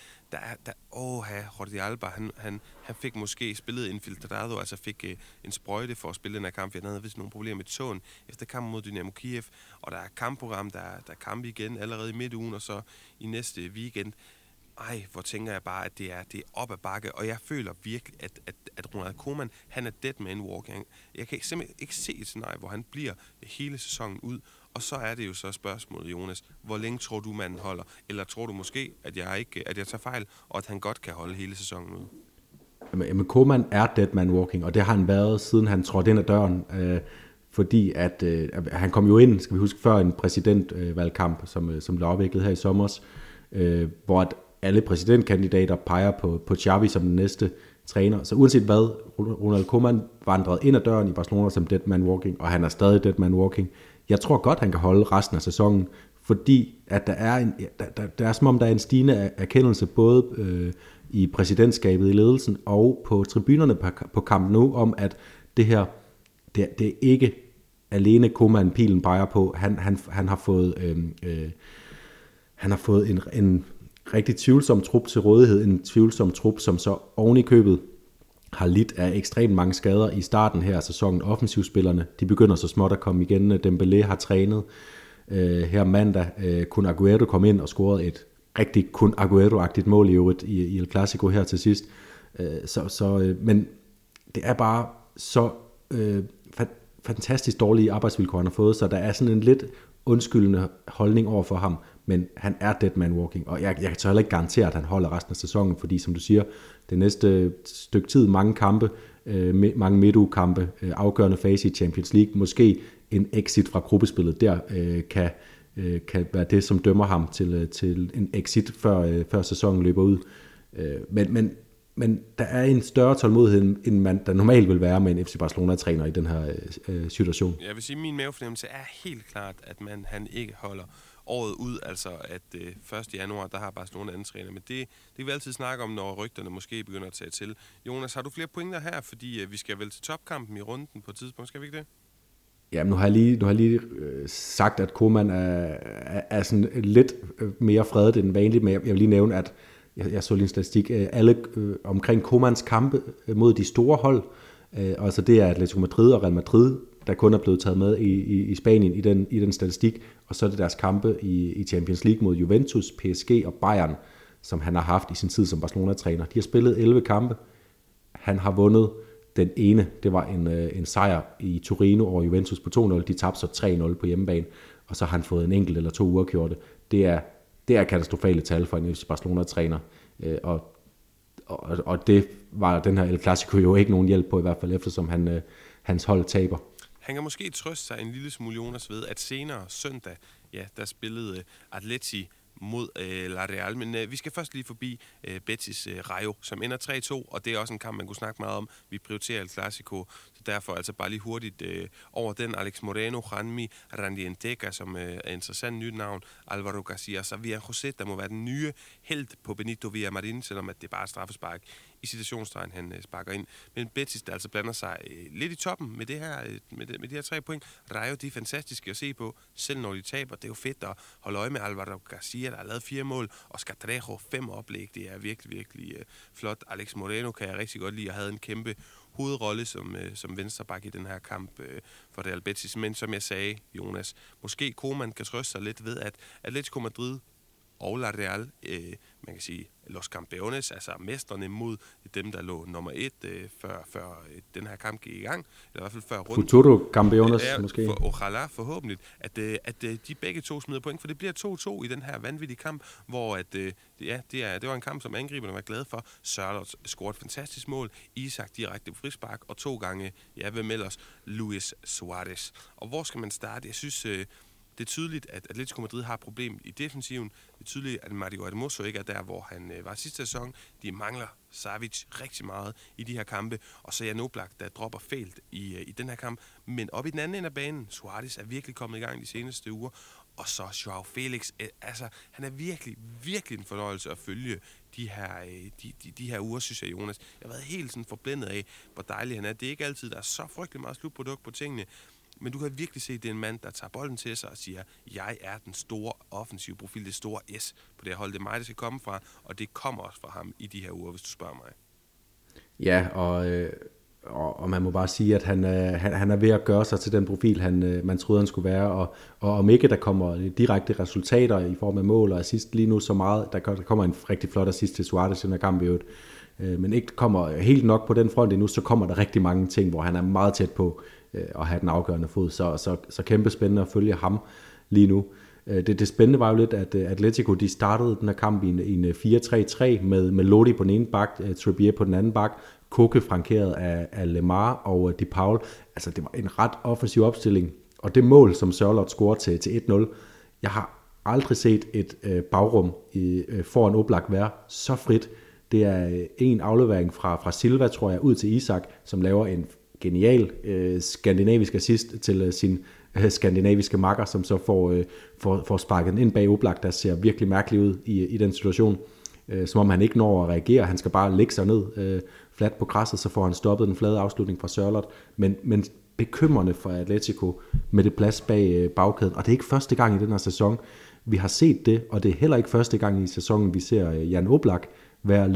Jordi Alba, han fik måske spillet infiltrado, altså fik en sprøjte for at spille den her kamp. Han havde vist nogle problemer med tåen efter kampen mod Dynamo Kiev, og der er kampprogram, der er kamp igen allerede i midtugen, og så i næste weekend. Hvor tænker jeg bare, at det er op ad bakke, og jeg føler virkelig, at Ronald Koeman, han er dead man walking. Jeg kan simpelthen ikke se et scenarie, hvor han bliver hele sæsonen ud, og så er det jo så spørgsmålet, Jonas, hvor længe tror du, manden holder? Eller tror du måske, at jeg tager fejl, og at han godt kan holde hele sæsonen ud? Jamen Koeman er dead man walking, og det har han været, siden han trådte ind ad døren, fordi at han kom jo ind, skal vi huske, før en præsidentvalgkamp, som blev afviklet her i sommers, hvor at alle præsidentkandidater peger på Xavi som den næste træner. Så uanset hvad, Ronald Koeman vandrede ind ad døren i Barcelona som dead man walking, og han er stadig dead man walking. Jeg tror godt, han kan holde resten af sæsonen, fordi at der er som om, der er en stigende erkendelse, både i præsidentskabet, i ledelsen, og på tribunerne på Camp Nou, om at det her, det er ikke alene Koeman pilen peger på. Han har fået en rigtig tvivlsom trup til rådighed, en tvivlsom trup, som så oven i købet har lidt af ekstremt mange skader i starten her af sæsonen. Offensivspillerne, de begynder så småt at komme igen. Dembélé har trænet her mandag. Kun Agüero kom ind og scorede et rigtig kun Agüero-agtigt mål i øvrigt i El Clasico her til sidst. Men det er bare så fantastisk dårlige arbejdsvilkår, han har fået, så der er sådan en lidt undskyldende holdning over for ham, men han er dead man walking, og jeg kan så heller ikke garantere, at han holder resten af sæsonen, fordi som du siger, det næste stykke tid, mange kampe, mange midtugekampe, afgørende fase i Champions League, måske en exit fra gruppespillet der kan være det, som dømmer ham til en exit, før sæsonen løber ud. Men der er en større tålmodighed, end man der normalt vil være med en FC Barcelona-træner i den her situation. Jeg vil sige, at min mavefornemmelse er helt klart, at han ikke holder året ud, altså at 1. januar, der har Barcelona anden træner. Men det kan vi altid snakke om, når rygterne måske begynder at tage til. Jonas, har du flere pointer her? Fordi vi skal vel til topkampen i runden på et tidspunkt, skal vi ikke det? Ja, nu har jeg lige sagt, at Koeman er sådan lidt mere fredet end vanligt, men jeg vil lige nævne, at jeg så lige en statistik, alle omkring Koemans kampe mod de store hold, og så det er Atletico Madrid og Real Madrid, der kun er blevet taget med i Spanien i den statistik, og så er det deres kampe i Champions League mod Juventus, PSG og Bayern, som han har haft i sin tid som Barcelona-træner. De har spillet 11 kampe, han har vundet den ene, det var en sejr i Torino over Juventus på 2-0, de tabte så 3-0 på hjemmebane, og så har han fået en enkelt eller 2 uafgjorte. Det er katastrofale tal for en Barcelona-træner, og det var den her El Clasico jo ikke nogen hjælp på, i hvert fald eftersom hans hold taber. Han kan måske trøste sig en lille smule, Jonas, ved, at senere søndag, der spillede Atleti mod La Real, men vi skal først lige forbi Betis Rayo, som ender 3-2, og det er også en kamp, man kunne snakke meget om. Vi prioriterer El Clasico, så Så derfor altså bare lige hurtigt over den. Alex Moreno, Juanmi, Randy Entega, som er interessant nyt navn. Alvaro Garcia, Xavier José, der må være den nye helt på Benito Villamarin, selvom at det bare er straffespark i situationstegn, han sparker ind. Men Betis, der altså blander sig lidt i toppen med det her, med de her 3 point. Rayo, de er fantastiske at se på, selv når de taber. Det er jo fedt at holde øje med Alvaro Garcia, der har lavet 4 mål, og Scatrejo 5 oplæg. Det er virkelig, virkelig flot. Alex Moreno kan jeg rigtig godt lide, og havde en kæmpe hovedrolle som venstreback i den her kamp for Real Betis. Men som jeg sagde, Jonas, måske Koeman kan trøste sig lidt ved, at Atletico Madrid og La Real, man kan sige, Los Campeones, altså mesterne mod dem, der lå nummer 1 før den her kamp gik i gang, eller i hvert fald før runden. Futuro Campeones, måske. Ojalá, forhåbentlig, at de begge to smider point, for det bliver 2-2 i den her vanvittige kamp, hvor det var en kamp, som angriberne var glade for. Sørloth scorede et fantastisk mål, Isak direkte på frispark, og 2 gange, hvem ellers, Luis Suarez. Og hvor skal man starte? Jeg synes, det er tydeligt, at Atletico Madrid har et problem i defensiven. Det er tydeligt, at Mario Hermoso ikke er der, hvor han var sidste sæson. De mangler Savic rigtig meget i de her kampe. Og så er Jan Oblak, der dropper fælt i den her kamp. Men op i den anden ende af banen, Suarez er virkelig kommet i gang de seneste uger. Og så Joao Felix, han er virkelig, virkelig en fornøjelse at følge de her uger, synes jeg, Jonas. Jeg har været helt sådan forblændet af, hvor dejlig han er. Det er ikke altid, der er så frygtelig meget slutprodukt på tingene. Men du kan virkelig se, at det er en mand, der tager bolden til sig og siger, jeg er den store offensive profil, det store S på det her hold. Det er mig, der skal komme fra, og det kommer også fra ham i de her uger, hvis du spørger mig. Ja, og man må bare sige, at han er ved at gøre sig til den profil, man troede, han skulle være. Og om ikke der kommer direkte resultater i form af mål og assist lige nu så meget, der kommer en rigtig flot assist til Suarez i den her kamp i øvrigt, men ikke kommer helt nok på den front endnu, så kommer der rigtig mange ting, hvor han er meget tæt på at have den afgørende fod. Så kæmpe spændende at følge ham lige nu. Det spændende var jo lidt, at Atletico de startede den her kamp i en 4-3-3 med Lodi på den ene bak, Trippier på den anden bak, Koke flankeret af Lemar og De Paul. Altså det var en ret offensiv opstilling, og det mål, som Sørloth scorede til 1-0, jeg har aldrig set et bagrum foran Oblak være så frit. Det er en aflevering fra Silva, tror jeg, ud til Isak, som laver en genial skandinavisk assist til sin skandinaviske makker, som så får sparket ind bag Oblak, der ser virkelig mærkelig ud i den situation. Som om han ikke når at reagere. Han skal bare lægge sig ned fladt på græsset, så får han stoppet den flade afslutning fra Sørloth. Men bekymrende for Atletico med det plads bag bagkæden. Og det er ikke første gang i den her sæson, vi har set det, og det er heller ikke første gang i sæsonen, vi ser Jan Oblak være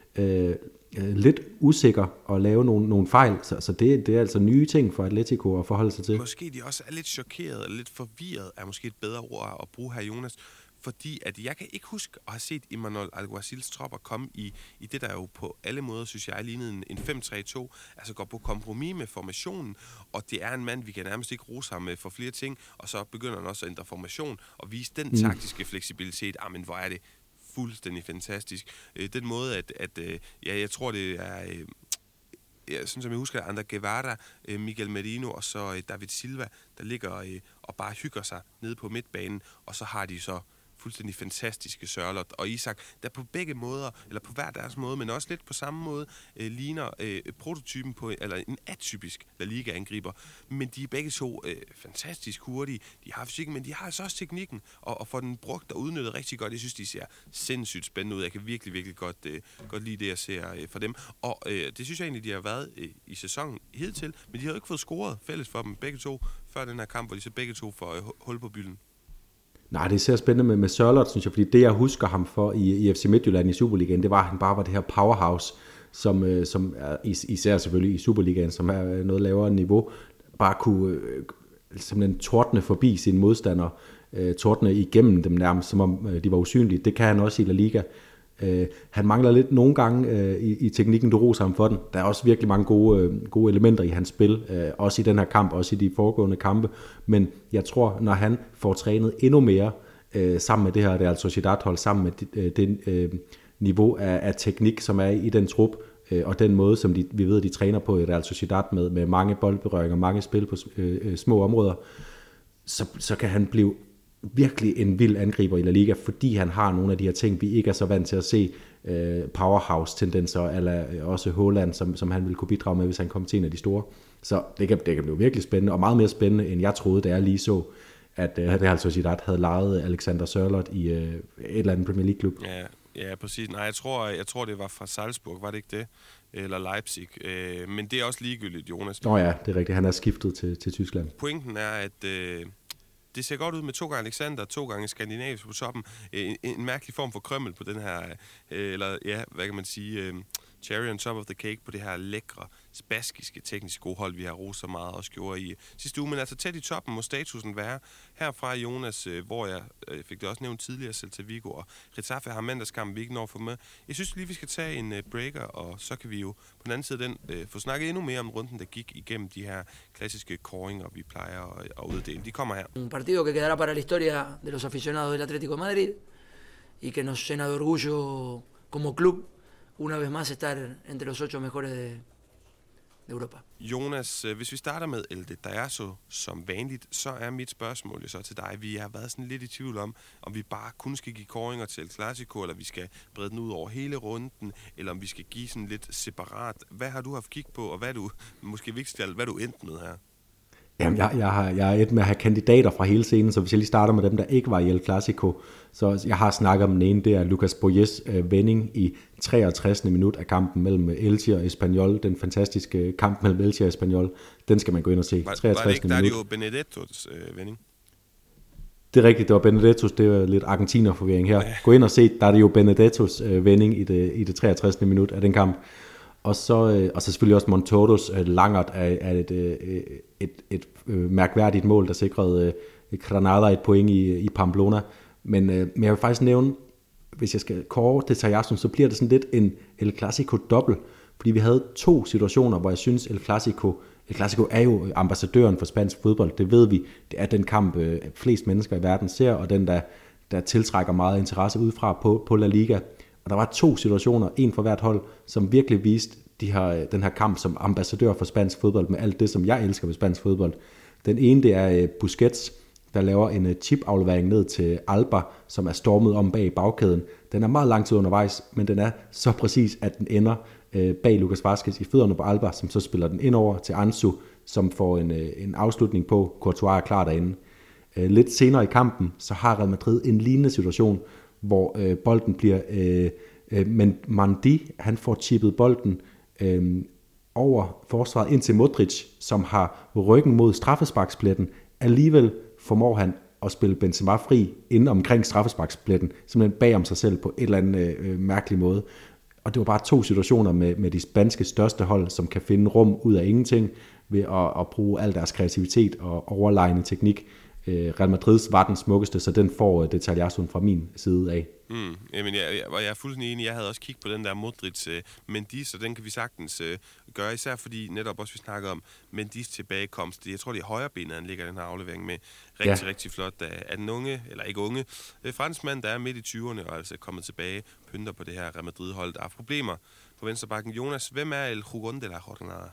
lidt usikker og lave nogle fejl. Så det er altså nye ting for Atletico at forholde sig til. Måske de også er lidt chokeret eller lidt forvirret, er måske et bedre ord at bruge her, Jonas. Fordi at jeg kan ikke huske at have set Imanol Alguacils tropper komme i det, der jo på alle måder, synes jeg, lignede en 5-3-2. Altså går på kompromis med formationen, og det er en mand, vi kan nærmest ikke rose ham for flere ting, og så begynder han også at ændre formation og vise den taktiske fleksibilitet. Men hvor er det fuldstændig fantastisk. Den måde, jeg tror, det er... Jeg synes, som jeg husker, Ander Guevara, Miguel Merino og så David Silva, der ligger og bare hygger sig nede på midtbanen, og så har de så fuldstændig fantastiske Sørloth og Isak, der på begge måder, eller på hver deres måde, men også lidt på samme måde, ligner prototypen på, eller en atypisk La Liga-angriber. Men de er begge to fantastisk hurtige. De har fysikken, men de har altså også teknikken, og får den brugt og udnyttet rigtig godt. Jeg synes, de ser sindssygt spændende ud. Jeg kan virkelig, virkelig godt lide det, jeg ser for dem. Og det synes jeg egentlig, de har været i sæsonen hidtil, men de har jo ikke fået scoret fælles for dem begge to, før den her kamp, hvor de så begge to får hul på bylden. Nej, det ser spændende med Sørloth, synes jeg, fordi det, jeg husker ham for i FC Midtjylland i Superligaen, det var, at han bare var det her powerhouse, som er, især selvfølgelig i Superligaen, som er noget lavere niveau, bare kunne simpelthen tordne forbi sine modstandere, tordne igennem dem nærmest, som om de var usynlige. Det kan han også i La Liga. Han mangler lidt nogle gange i teknikken, du roser ham for den. Der er også virkelig mange gode elementer i hans spil, også i den her kamp, også i de foregående kampe. Men jeg tror, når han får trænet endnu mere sammen med det her Real Sociedad-hold, sammen med det niveau af teknik, som er i den trup, og den måde, som vi ved, de træner på i Real Sociedad med mange boldberøringer, mange spil på små områder, så kan han blive virkelig en vild angriber i La Liga, fordi han har nogle af de her ting, vi ikke er så vant til at se, powerhouse-tendenser, eller også Haaland, som han ville kunne bidrage med, hvis han kom til en af de store. Så det kan blive virkelig spændende, og meget mere spændende, end jeg troede, da jeg lige så, at Real Sociedad havde lejet Alexander Sørloth i et eller andet Premier League-klub. Ja, præcis. Nej, jeg tror, det var fra Salzburg, var det ikke det? Eller Leipzig. Men det er også ligegyldigt, Jonas. Nå ja, det er rigtigt. Han er skiftet til Tyskland. Pointen er, at det ser godt ud med 2 gange Alexander, 2 gange Skandinavisk på toppen. En mærkelig form for krømmel på den her, eller ja, hvad kan man sige, cherry on top of the cake på det her lækre, baskiske, teknisk gode hold, vi har rost så meget også gjorde i sidste uge. Men altså tæt i toppen må statusen være herfra, Jonas, hvor jeg fik det også nævnt tidligere, Celta Vigo og Getafe har mandagskampen, vi ikke når for med. Jeg synes lige, vi skal tage en breaker, og så kan vi jo på den anden side den få snakket endnu mere om runden, der gik igennem de her klassiske kåringer, vi plejer at uddele. De kommer her. Un partido que quedará para la historia de los aficionados del Atlético de Madrid y que nos llena de orgullo como club una vez más estar entre los 8 mejores de Europa. Jonas, hvis vi starter med El Detallazo som vanligt, så er mit spørgsmål jo så til dig. Vi har været sådan lidt i tvivl om vi bare kun skal give kåringer til El Clasico, eller vi skal brede den ud over hele runden, eller om vi skal give sådan lidt separat. Hvad har du haft kig på, og hvad er du, måske vigtigst af alt, hvad er du endt med her? Jamen, jeg er et med at have kandidater fra hele scenen, så hvis jeg lige starter med dem, der ikke var i El Clasico, så jeg har snakket om den ene, det er Lucas Boyes vending i 63. minut af kampen mellem Elche og Espanyol, den fantastiske kamp mellem Elche og Espanyol, den skal man gå ind og se. 63. Var det ikke, der minut. er det jo Benedettos vending? Det er rigtigt, det var Benedettos, det var lidt argentinerforvirring her. Ja. Gå ind og se, der er det jo Benedettos vending i det 63. minut af den kamp. Og så selvfølgelig også Montoros langert af et mærkværdigt mål, der sikrede Granada et point i Pamplona. Men jeg vil faktisk nævne, hvis jeg skal kåre Detallazo, så bliver det sådan lidt en El Clasico dobbelt, fordi vi havde 2 situationer, hvor jeg synes El Clasico er jo ambassadøren for spansk fodbold, det ved vi, det er den kamp flest mennesker i verden ser, og den der tiltrækker meget interesse udefra på La Liga. Og der var 2 situationer, en for hvert hold, som virkelig viste den her kamp som ambassadør for spansk fodbold, med alt det, som jeg elsker ved spansk fodbold. Den ene, det er Busquets, der laver en chip-aflevering ned til Alba, som er stormet om bag bagkæden. Den er meget lang tid undervejs, men den er så præcis, at den ender bag Lucas Vázquez i fødderne på Alba, som så spiller den ind over til Ansu, som får en afslutning på. Courtois er klar derinde. Lidt senere i kampen, så har Real Madrid en lignende situation, hvor bolden bliver... men Mandi, han får chippet bolden over forsvaret ind til Modric, som har ryggen mod straffesparkspletten. Alligevel formår han at spille Benzema fri inden omkring straffesparkspletten, simpelthen bag om sig selv på et eller andet mærkelig måde. Og det var bare 2 situationer med de spanske største hold, som kan finde rum ud af ingenting ved at bruge al deres kreativitet og overlegne teknik. Real Madrids var den smukkeste, så den får Detallazo fra min side af. Jamen, jeg er fuldstændig enig. Jeg havde også kigget på den der Modric Mendy, så den kan vi sagtens gøre, især fordi netop også vi snakker om Mendys tilbagekomst. Jeg tror, det er højrebenet, han ligger den her aflevering med. Rigtig flot af den unge, eller ikke unge, franskmand, der er midt i 20'erne og altså kommet tilbage, pynter på det her Real Madrid-hold. Der er problemer på venstrebakken. Jonas, hvem er El Jugón de la Jornada?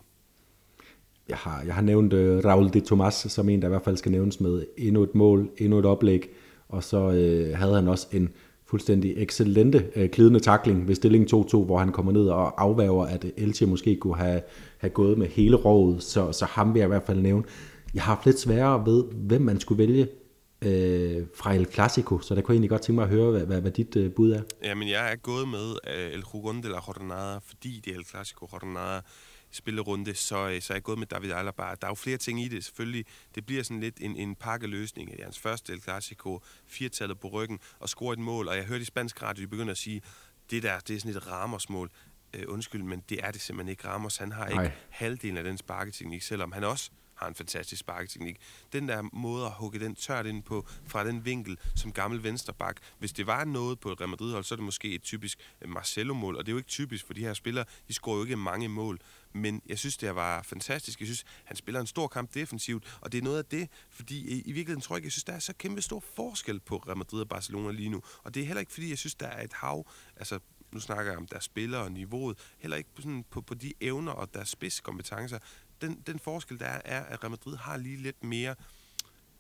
Jeg har nævnt Raúl de Tomàs som en, der i hvert fald skal nævnes med endnu et mål, endnu et oplæg, og så havde han også en fuldstændig excellente glidende tackling ved stilling 2-2, hvor han kommer ned og afværger, at Elche måske kunne have gået med hele rovet, så ham vil jeg i hvert fald nævne. Jeg har haft lidt sværere ved, hvem man skulle vælge fra El Clasico, så der kunne jeg egentlig godt tænke mig at høre, hvad dit bud er. Jamen, jeg er gået med El Jugón de la Jornada, fordi det er El Clasico Jornada spillerunde, så er jeg gået med David Alaba. Der er jo flere ting i det, selvfølgelig. Det bliver sådan lidt en pakkeløsning af hans første El Clasico, 4-tallet på ryggen, og score et mål. Og jeg hørte i spansk radio, de begynder at sige, det er sådan et Ramos-mål. Undskyld, men det er det simpelthen ikke. Ramos, han har ikke halvdelen af den sparketeknik, selvom han også har en fantastisk sparketeknik. Den der måde at hugge den tørt ind på, fra den vinkel som gammel vensterbak. Hvis det var noget på et Real Madrid-hold, så er det måske et typisk Marcelo-mål, og det er jo ikke typisk, for de her spillere, de scorer jo ikke mange mål. Men jeg synes, det var fantastisk. Jeg synes, han spiller en stor kamp defensivt, og det er noget af det, fordi i virkeligheden tror jeg synes, der er så kæmpe stor forskel på Real Madrid og Barcelona lige nu. Og det er heller ikke, fordi jeg synes, der er et hav, altså nu snakker jeg om deres spillere og niveauet, heller ikke på de evner og deres spidskompetencer. Den forskel, der er, at Real Madrid har lige lidt mere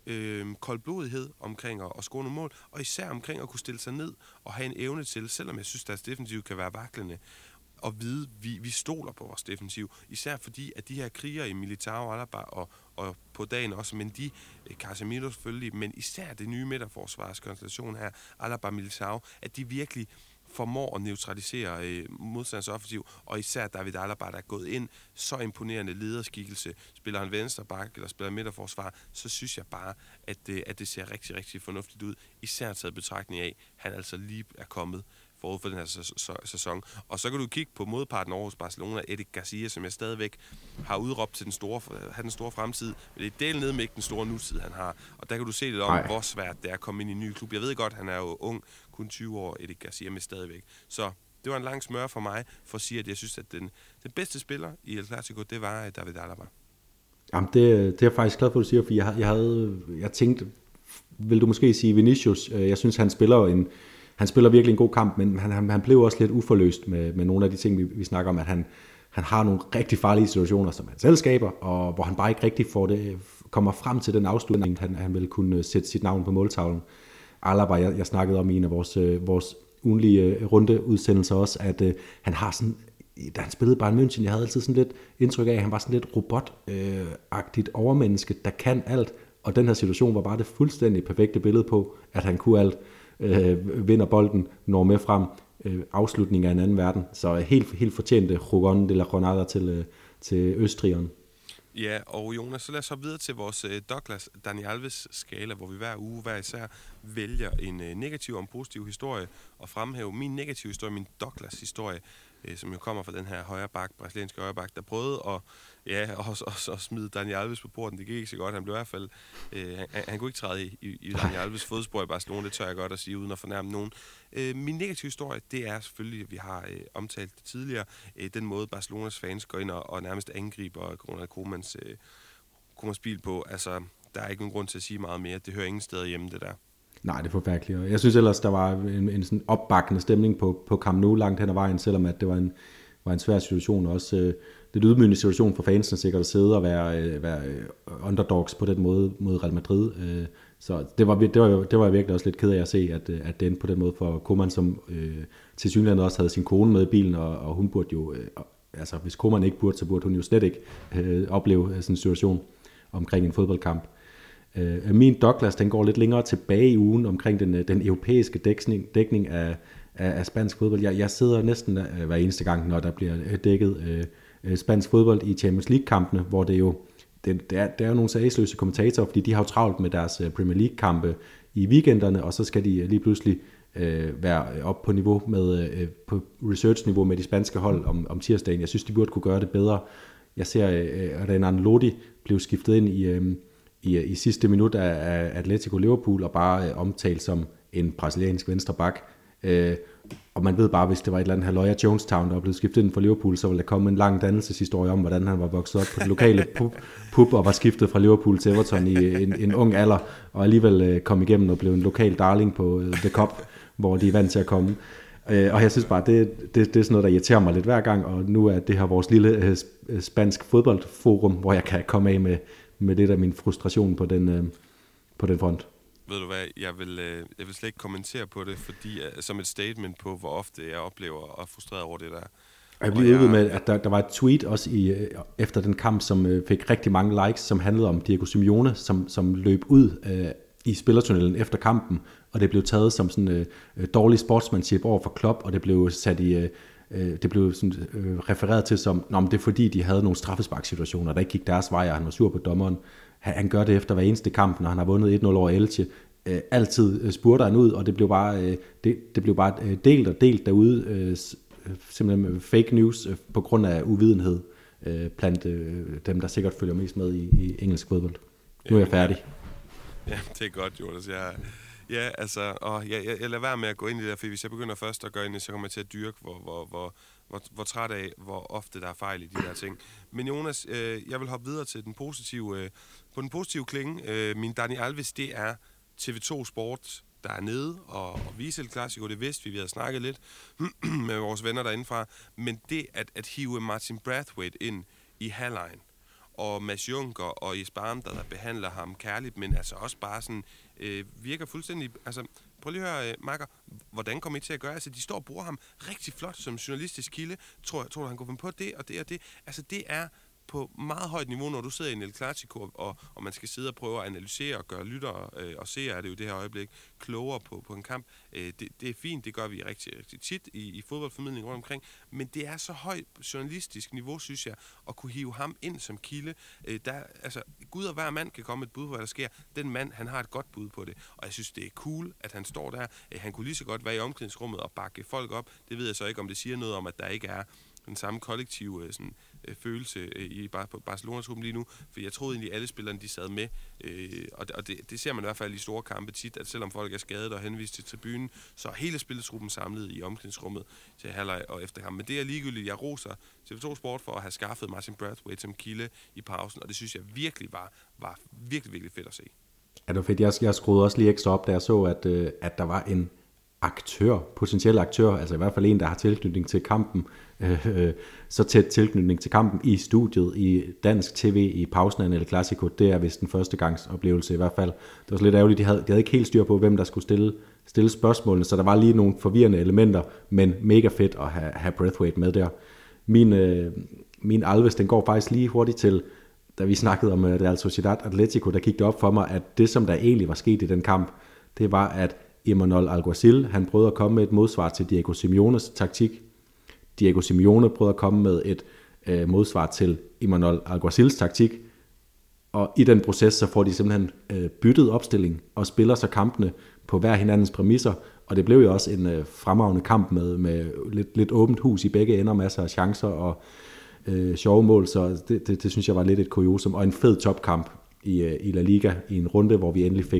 koldblodighed omkring at score nogle mål, og især omkring at kunne stille sig ned og have en evne til, selvom jeg synes, deres defensiv kan være vaklende, og vide, vi stoler på vores defensiv. Især fordi, at de her kriger i Militao, Alaba og på dagen også, men de, Casemiro selvfølgelig, men især det nye midterforsvarskonstellation her, Alaba Militao, at de virkelig formår at neutralisere modstanders offensiv, og især David Alaba, der er gået ind, så imponerende lederskikkelse. Spiller han venstre bak eller spiller midterforsvar, så synes jeg bare, at det ser rigtig, rigtig fornuftigt ud. Især taget betragtning af, han altså lige er kommet forud for den her sæson. Og så kan du kigge på modparten over hos Barcelona, Eric Garcia, som jeg stadigvæk har udråbt til den store fremtid. Men det er del ned med ikke den store nutid, han har. Og der kan du se lidt om, hvor svært det er at komme ind i en ny klub. Jeg ved godt, han er jo ung, kun 20 år, Eric Garcia, men stadigvæk. Så det var en lang smør for mig, for at sige, at jeg synes, at den bedste spiller i El Clasico, det var David Alaba. Jamen, det er jeg faktisk glad for, at du siger, for jeg tænkte, vil du måske sige Vinicius? Jeg synes, han spiller virkelig en god kamp, men han blev også lidt uforløst med nogle af de ting, vi snakker om, at han har nogle rigtig farlige situationer, som han selv skaber, og hvor han bare ikke rigtig kommer frem til den afslutning, han vil kunne sætte sit navn på måltavlen. Alaba, jeg snakkede om i en af vores ugenlige rundeudsendelser også, at han har sådan, da han spillede Bayern München, jeg havde altid sådan lidt indtryk af, at han var sådan lidt robot-agtigt overmenneske, der kan alt, og den her situation var bare det fuldstændig perfekte billede på, at han kunne alt. Vinder bolden, når med frem, afslutning af en anden verden. Så helt fortjente Jugon de la Granada til Østrigeren. Ja, og Jonas, så lad os så videre til vores Douglas Dani Alves skala, hvor vi hver uge hver især vælger en negativ og en positiv historie og fremhæve min negative historie, min Douglas historie, som jo kommer fra den her brasilianske højre bak, der prøvede at smide Dani Alves på porten. Det gik ikke så godt. Han blev i hvert fald han kunne ikke træde i Dani Alves fodspor i Barcelona, det tør jeg godt at sige, uden at fornærme nogen. Min negative historie, det er selvfølgelig, at vi har omtalt det tidligere, den måde Barcelonas fans går ind og nærmest angriber Ronald Koemans bil på. Altså, der er ikke nogen grund til at sige meget mere. Det hører ingen steder hjemme, det der. Nej, det er forfærdeligt. Jeg synes ellers, der var en sådan opbakkende stemning på Camp Nou langt hen ad vejen, selvom at det var en svær situation. Også lidt ydmygende situation for fansene sikkert at sidde og være underdogs på den måde mod Real Madrid. Så det var jeg virkelig også lidt ked af at se, at det endte på den måde for Koeman, som til synligheden også havde sin kone med i bilen, og hun burde jo, altså hvis Koeman ikke burde, så burde hun jo slet ikke opleve sådan en situation omkring en fodboldkamp. Min Douglas, den går lidt længere tilbage i ugen omkring den europæiske dækning af spansk fodbold. Jeg sidder næsten hver eneste gang, når der bliver dækket spansk fodbold i Champions League-kampene, hvor det jo det er jo nogle sagesløse kommentatorer, fordi de har jo travlt med deres Premier League-kampe i weekenderne, og så skal de lige pludselig være op på niveau på research-niveau med de spanske hold om tirsdagen. Jeg synes, de burde kunne gøre det bedre. Jeg ser, at Renan Lodi blev skiftet ind i sidste minut af Atletico Liverpool og bare omtalt som en brasiliansk venstre bak. Og man ved bare, hvis det var et eller andet Haloya Jonestown, der var blevet skiftet ind for Liverpool, så ville der komme en lang dannelseshistorie om, hvordan han var vokset op på det lokale pub og var skiftet fra Liverpool til Everton i en ung alder, og alligevel kom igennem og blev en lokal darling på The Cup, hvor de er vant til at komme. Og jeg synes bare, det er sådan noget, der irriterer mig lidt hver gang, og nu er det her vores lille spansk fodboldforum, hvor jeg kan komme af med det der min frustration på den front. Ved du hvad, jeg vil slet ikke kommentere på det, fordi som et statement på, hvor ofte jeg oplever og er frustreret over det der. Og jeg blev ude med, at der var et tweet også efter den kamp, som fik rigtig mange likes, som handlede om Diego Simeone, som løb ud i spillertunnelen efter kampen, og det blev taget som sådan dårlig sportsmanship over for Klopp, og det blev sat i... Det blev sådan, refereret til som, det er fordi, de havde nogle straffesparksituationer, der ikke gik deres vej, og han var sur på dommeren. Han gør det efter hver eneste kamp, når han har vundet 1-0 over Elche. Altid spurgte han ud, og det blev bare delt derude, simpelthen med fake news på grund af uvidenhed blandt dem, der sikkert følger mest med i engelsk fodbold. Nu er jeg færdig. Ja, det er godt, Jonas. Jeg lader være med at gå ind i det der, for hvis jeg begynder først at gøre ind, så kommer jeg til at dyrke, hvor træt af, hvor ofte der er fejl i de der ting. Men Jonas, jeg vil hoppe videre til på den positive klinge. Min Dani Alves, det er TV2 Sport, der er nede og vise El Clasico. Det vidste vi havde snakket lidt med vores venner derindefra. Men det at hive Martin Braithwaite ind i halvlejen, og Mads Juncker og Jesper Amter, der behandler ham kærligt, men altså også bare sådan virker fuldstændig... Altså, prøv lige at høre, Marker, hvordan kommer I til at gøre? Altså, de står og bruger ham rigtig flot som journalistisk kilde. Tror du, han kunne finde på det og det og det? Altså, det er på meget højt niveau, når du sidder i en El Clasico, og man skal sidde og prøve at analysere og gøre lyttere og seere, er det jo det her øjeblik, klogere på en kamp. Det er fint, det gør vi rigtig, rigtig tit i fodboldformidling rundt omkring, men det er så højt journalistisk niveau, synes jeg, at kunne hive ham ind som kilde. Altså, Gud og hver mand kan komme et bud på, hvad der sker. Den mand, han har et godt bud på det, og jeg synes, det er cool, at han står der. Han kunne lige så godt være i omklædningsrummet og bakke folk op. Det ved jeg så ikke, om det siger noget om, at der ikke er den samme kollektive følelse på Barcelona-truppen lige nu, for jeg troede egentlig, alle spillerne de sad med, og det ser man i hvert fald i store kampe tit, at selvom folk er skadet og henvist til tribunen, så er hele spilletruppen samlet i omklædningsrummet til halvleg og efter ham. Men det er ligegyldigt, jeg roser TV2 Sport for at have skaffet Martin Braithwaite som kilde i pausen, og det synes jeg virkelig var virkelig, virkelig fedt at se. Ja, det var fedt. Jeg skruede også lige ekstra op, da jeg så, at der var en potentiel aktør, altså i hvert fald en, der har tilknytning til kampen, så tæt tilknytning til kampen i studiet, i dansk tv, i pausen af en El Clasico, det er vist den første gangs oplevelse i hvert fald. Det var så lidt ærgerligt, de havde ikke helt styr på, hvem der skulle stille spørgsmålene, så der var lige nogle forvirrende elementer, men mega fedt at have Braithwaite med der. Min Alves, den går faktisk lige hurtigt til, da vi snakkede om Real Sociedad Atletico, der kiggede op for mig, at det, som der egentlig var sket i den kamp, det var, at Imanol Alguacil, han prøvede at komme med et modsvar til Diego Simeones taktik. Diego Simeone prøvede at komme med et modsvar til Imanol Alguacils taktik. Og i den proces, så får de simpelthen byttet opstilling og spiller så kampene på hver hinandens præmisser. Og det blev jo også en fremragende kamp med lidt åbent hus i begge ender, masser af chancer og sjove mål. Så det synes jeg var lidt et kuriosum. Og en fed topkamp i La Liga i en runde, hvor vi endelig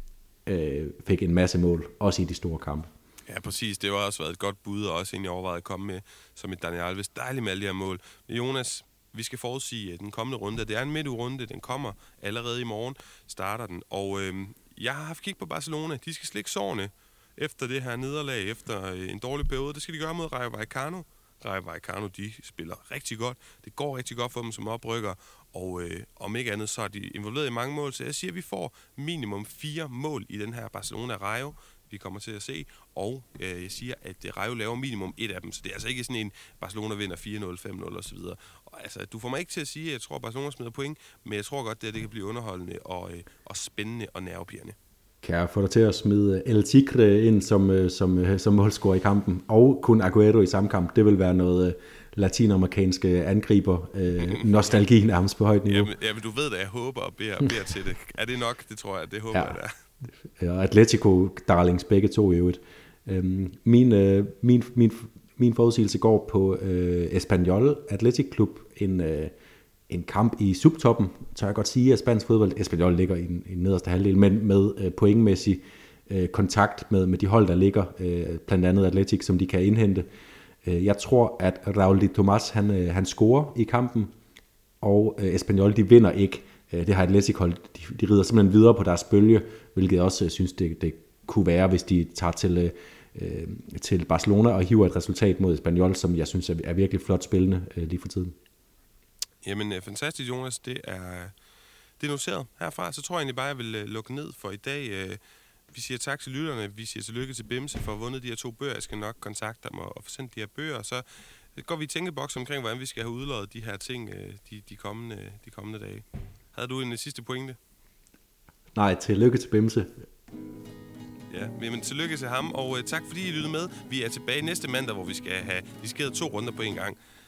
fik en masse mål, også i de store kampe. Ja, præcis. Det har også været et godt bud, og også egentlig overvejet at komme med som et Daniel Alves. Dejligt med alle de her mål. Men Jonas, vi skal forudsige den kommende runde. Det er en midtugrunde, den kommer allerede i morgen, starter den. Og jeg har haft kig på Barcelona. De skal slikke sårene efter det her nederlag, efter en dårlig periode. Det skal de gøre mod Rayo Vallecano. Rayo Vallecano, de spiller rigtig godt. Det går rigtig godt for dem som oprykker. Og om ikke andet, så er de involveret i mange mål. Så jeg siger, at vi får minimum 4 mål i den her Barcelona-Rayo, vi kommer til at se. Og jeg siger, at Rayo laver minimum 1 af dem. Så det er altså ikke sådan en, Barcelona vinder 4-0, 5-0 osv. Og altså, du får mig ikke til at sige, at jeg tror, at Barcelona smider point, men jeg tror godt, at det kan blive underholdende og spændende og nervepirrende. Kan jeg få dig til at smide El Tigre ind som målscorer i kampen, og kun Aguero i samme kamp? Det vil være noget latinamerikanske angriber, nostalgi nærmest på højt niveau. Jamen, du ved det, jeg håber og beder til det. Er det nok? Det tror jeg, det håber jeg, det er. Ja, Atletico darlings begge to i øvrigt. Min forudsigelse går på Espanyol Athletic Club, en kamp i subtoppen, tør jeg godt sige, at spansk fodbold. Espanyol ligger i den nederste halvdel, men med pointmæssig kontakt med de hold, der ligger, blandt andet Athletic, som de kan indhente. Jeg tror, at Raúl de Tomàs, han scorer i kampen, og Espanyol, de vinder ikke. Det har Athletic hold, de rider simpelthen videre på deres bølge, hvilket jeg også synes, det kunne være, hvis de tager til Barcelona og hiver et resultat mod Espanyol, som jeg synes er virkelig flot spillende lige for tiden. Jamen, fantastisk, Jonas. Det er noteret herfra. Så tror jeg egentlig bare, at jeg vil lukke ned for i dag. Vi siger tak til lytterne. Vi siger tillykke til Bimse for at have vundet de her 2 bøger. Jeg skal nok kontakte dem og få sendt de her bøger. Så går vi i tænkeboks omkring, hvordan vi skal have udløjet de her ting de kommende dage. Havde du en sidste pointe? Nej, tillykke til Bimse. Ja, men tillykke til ham, og tak fordi I lyttede med. Vi er tilbage næste mandag, hvor vi skal have diskuteret 2 runder på en gang.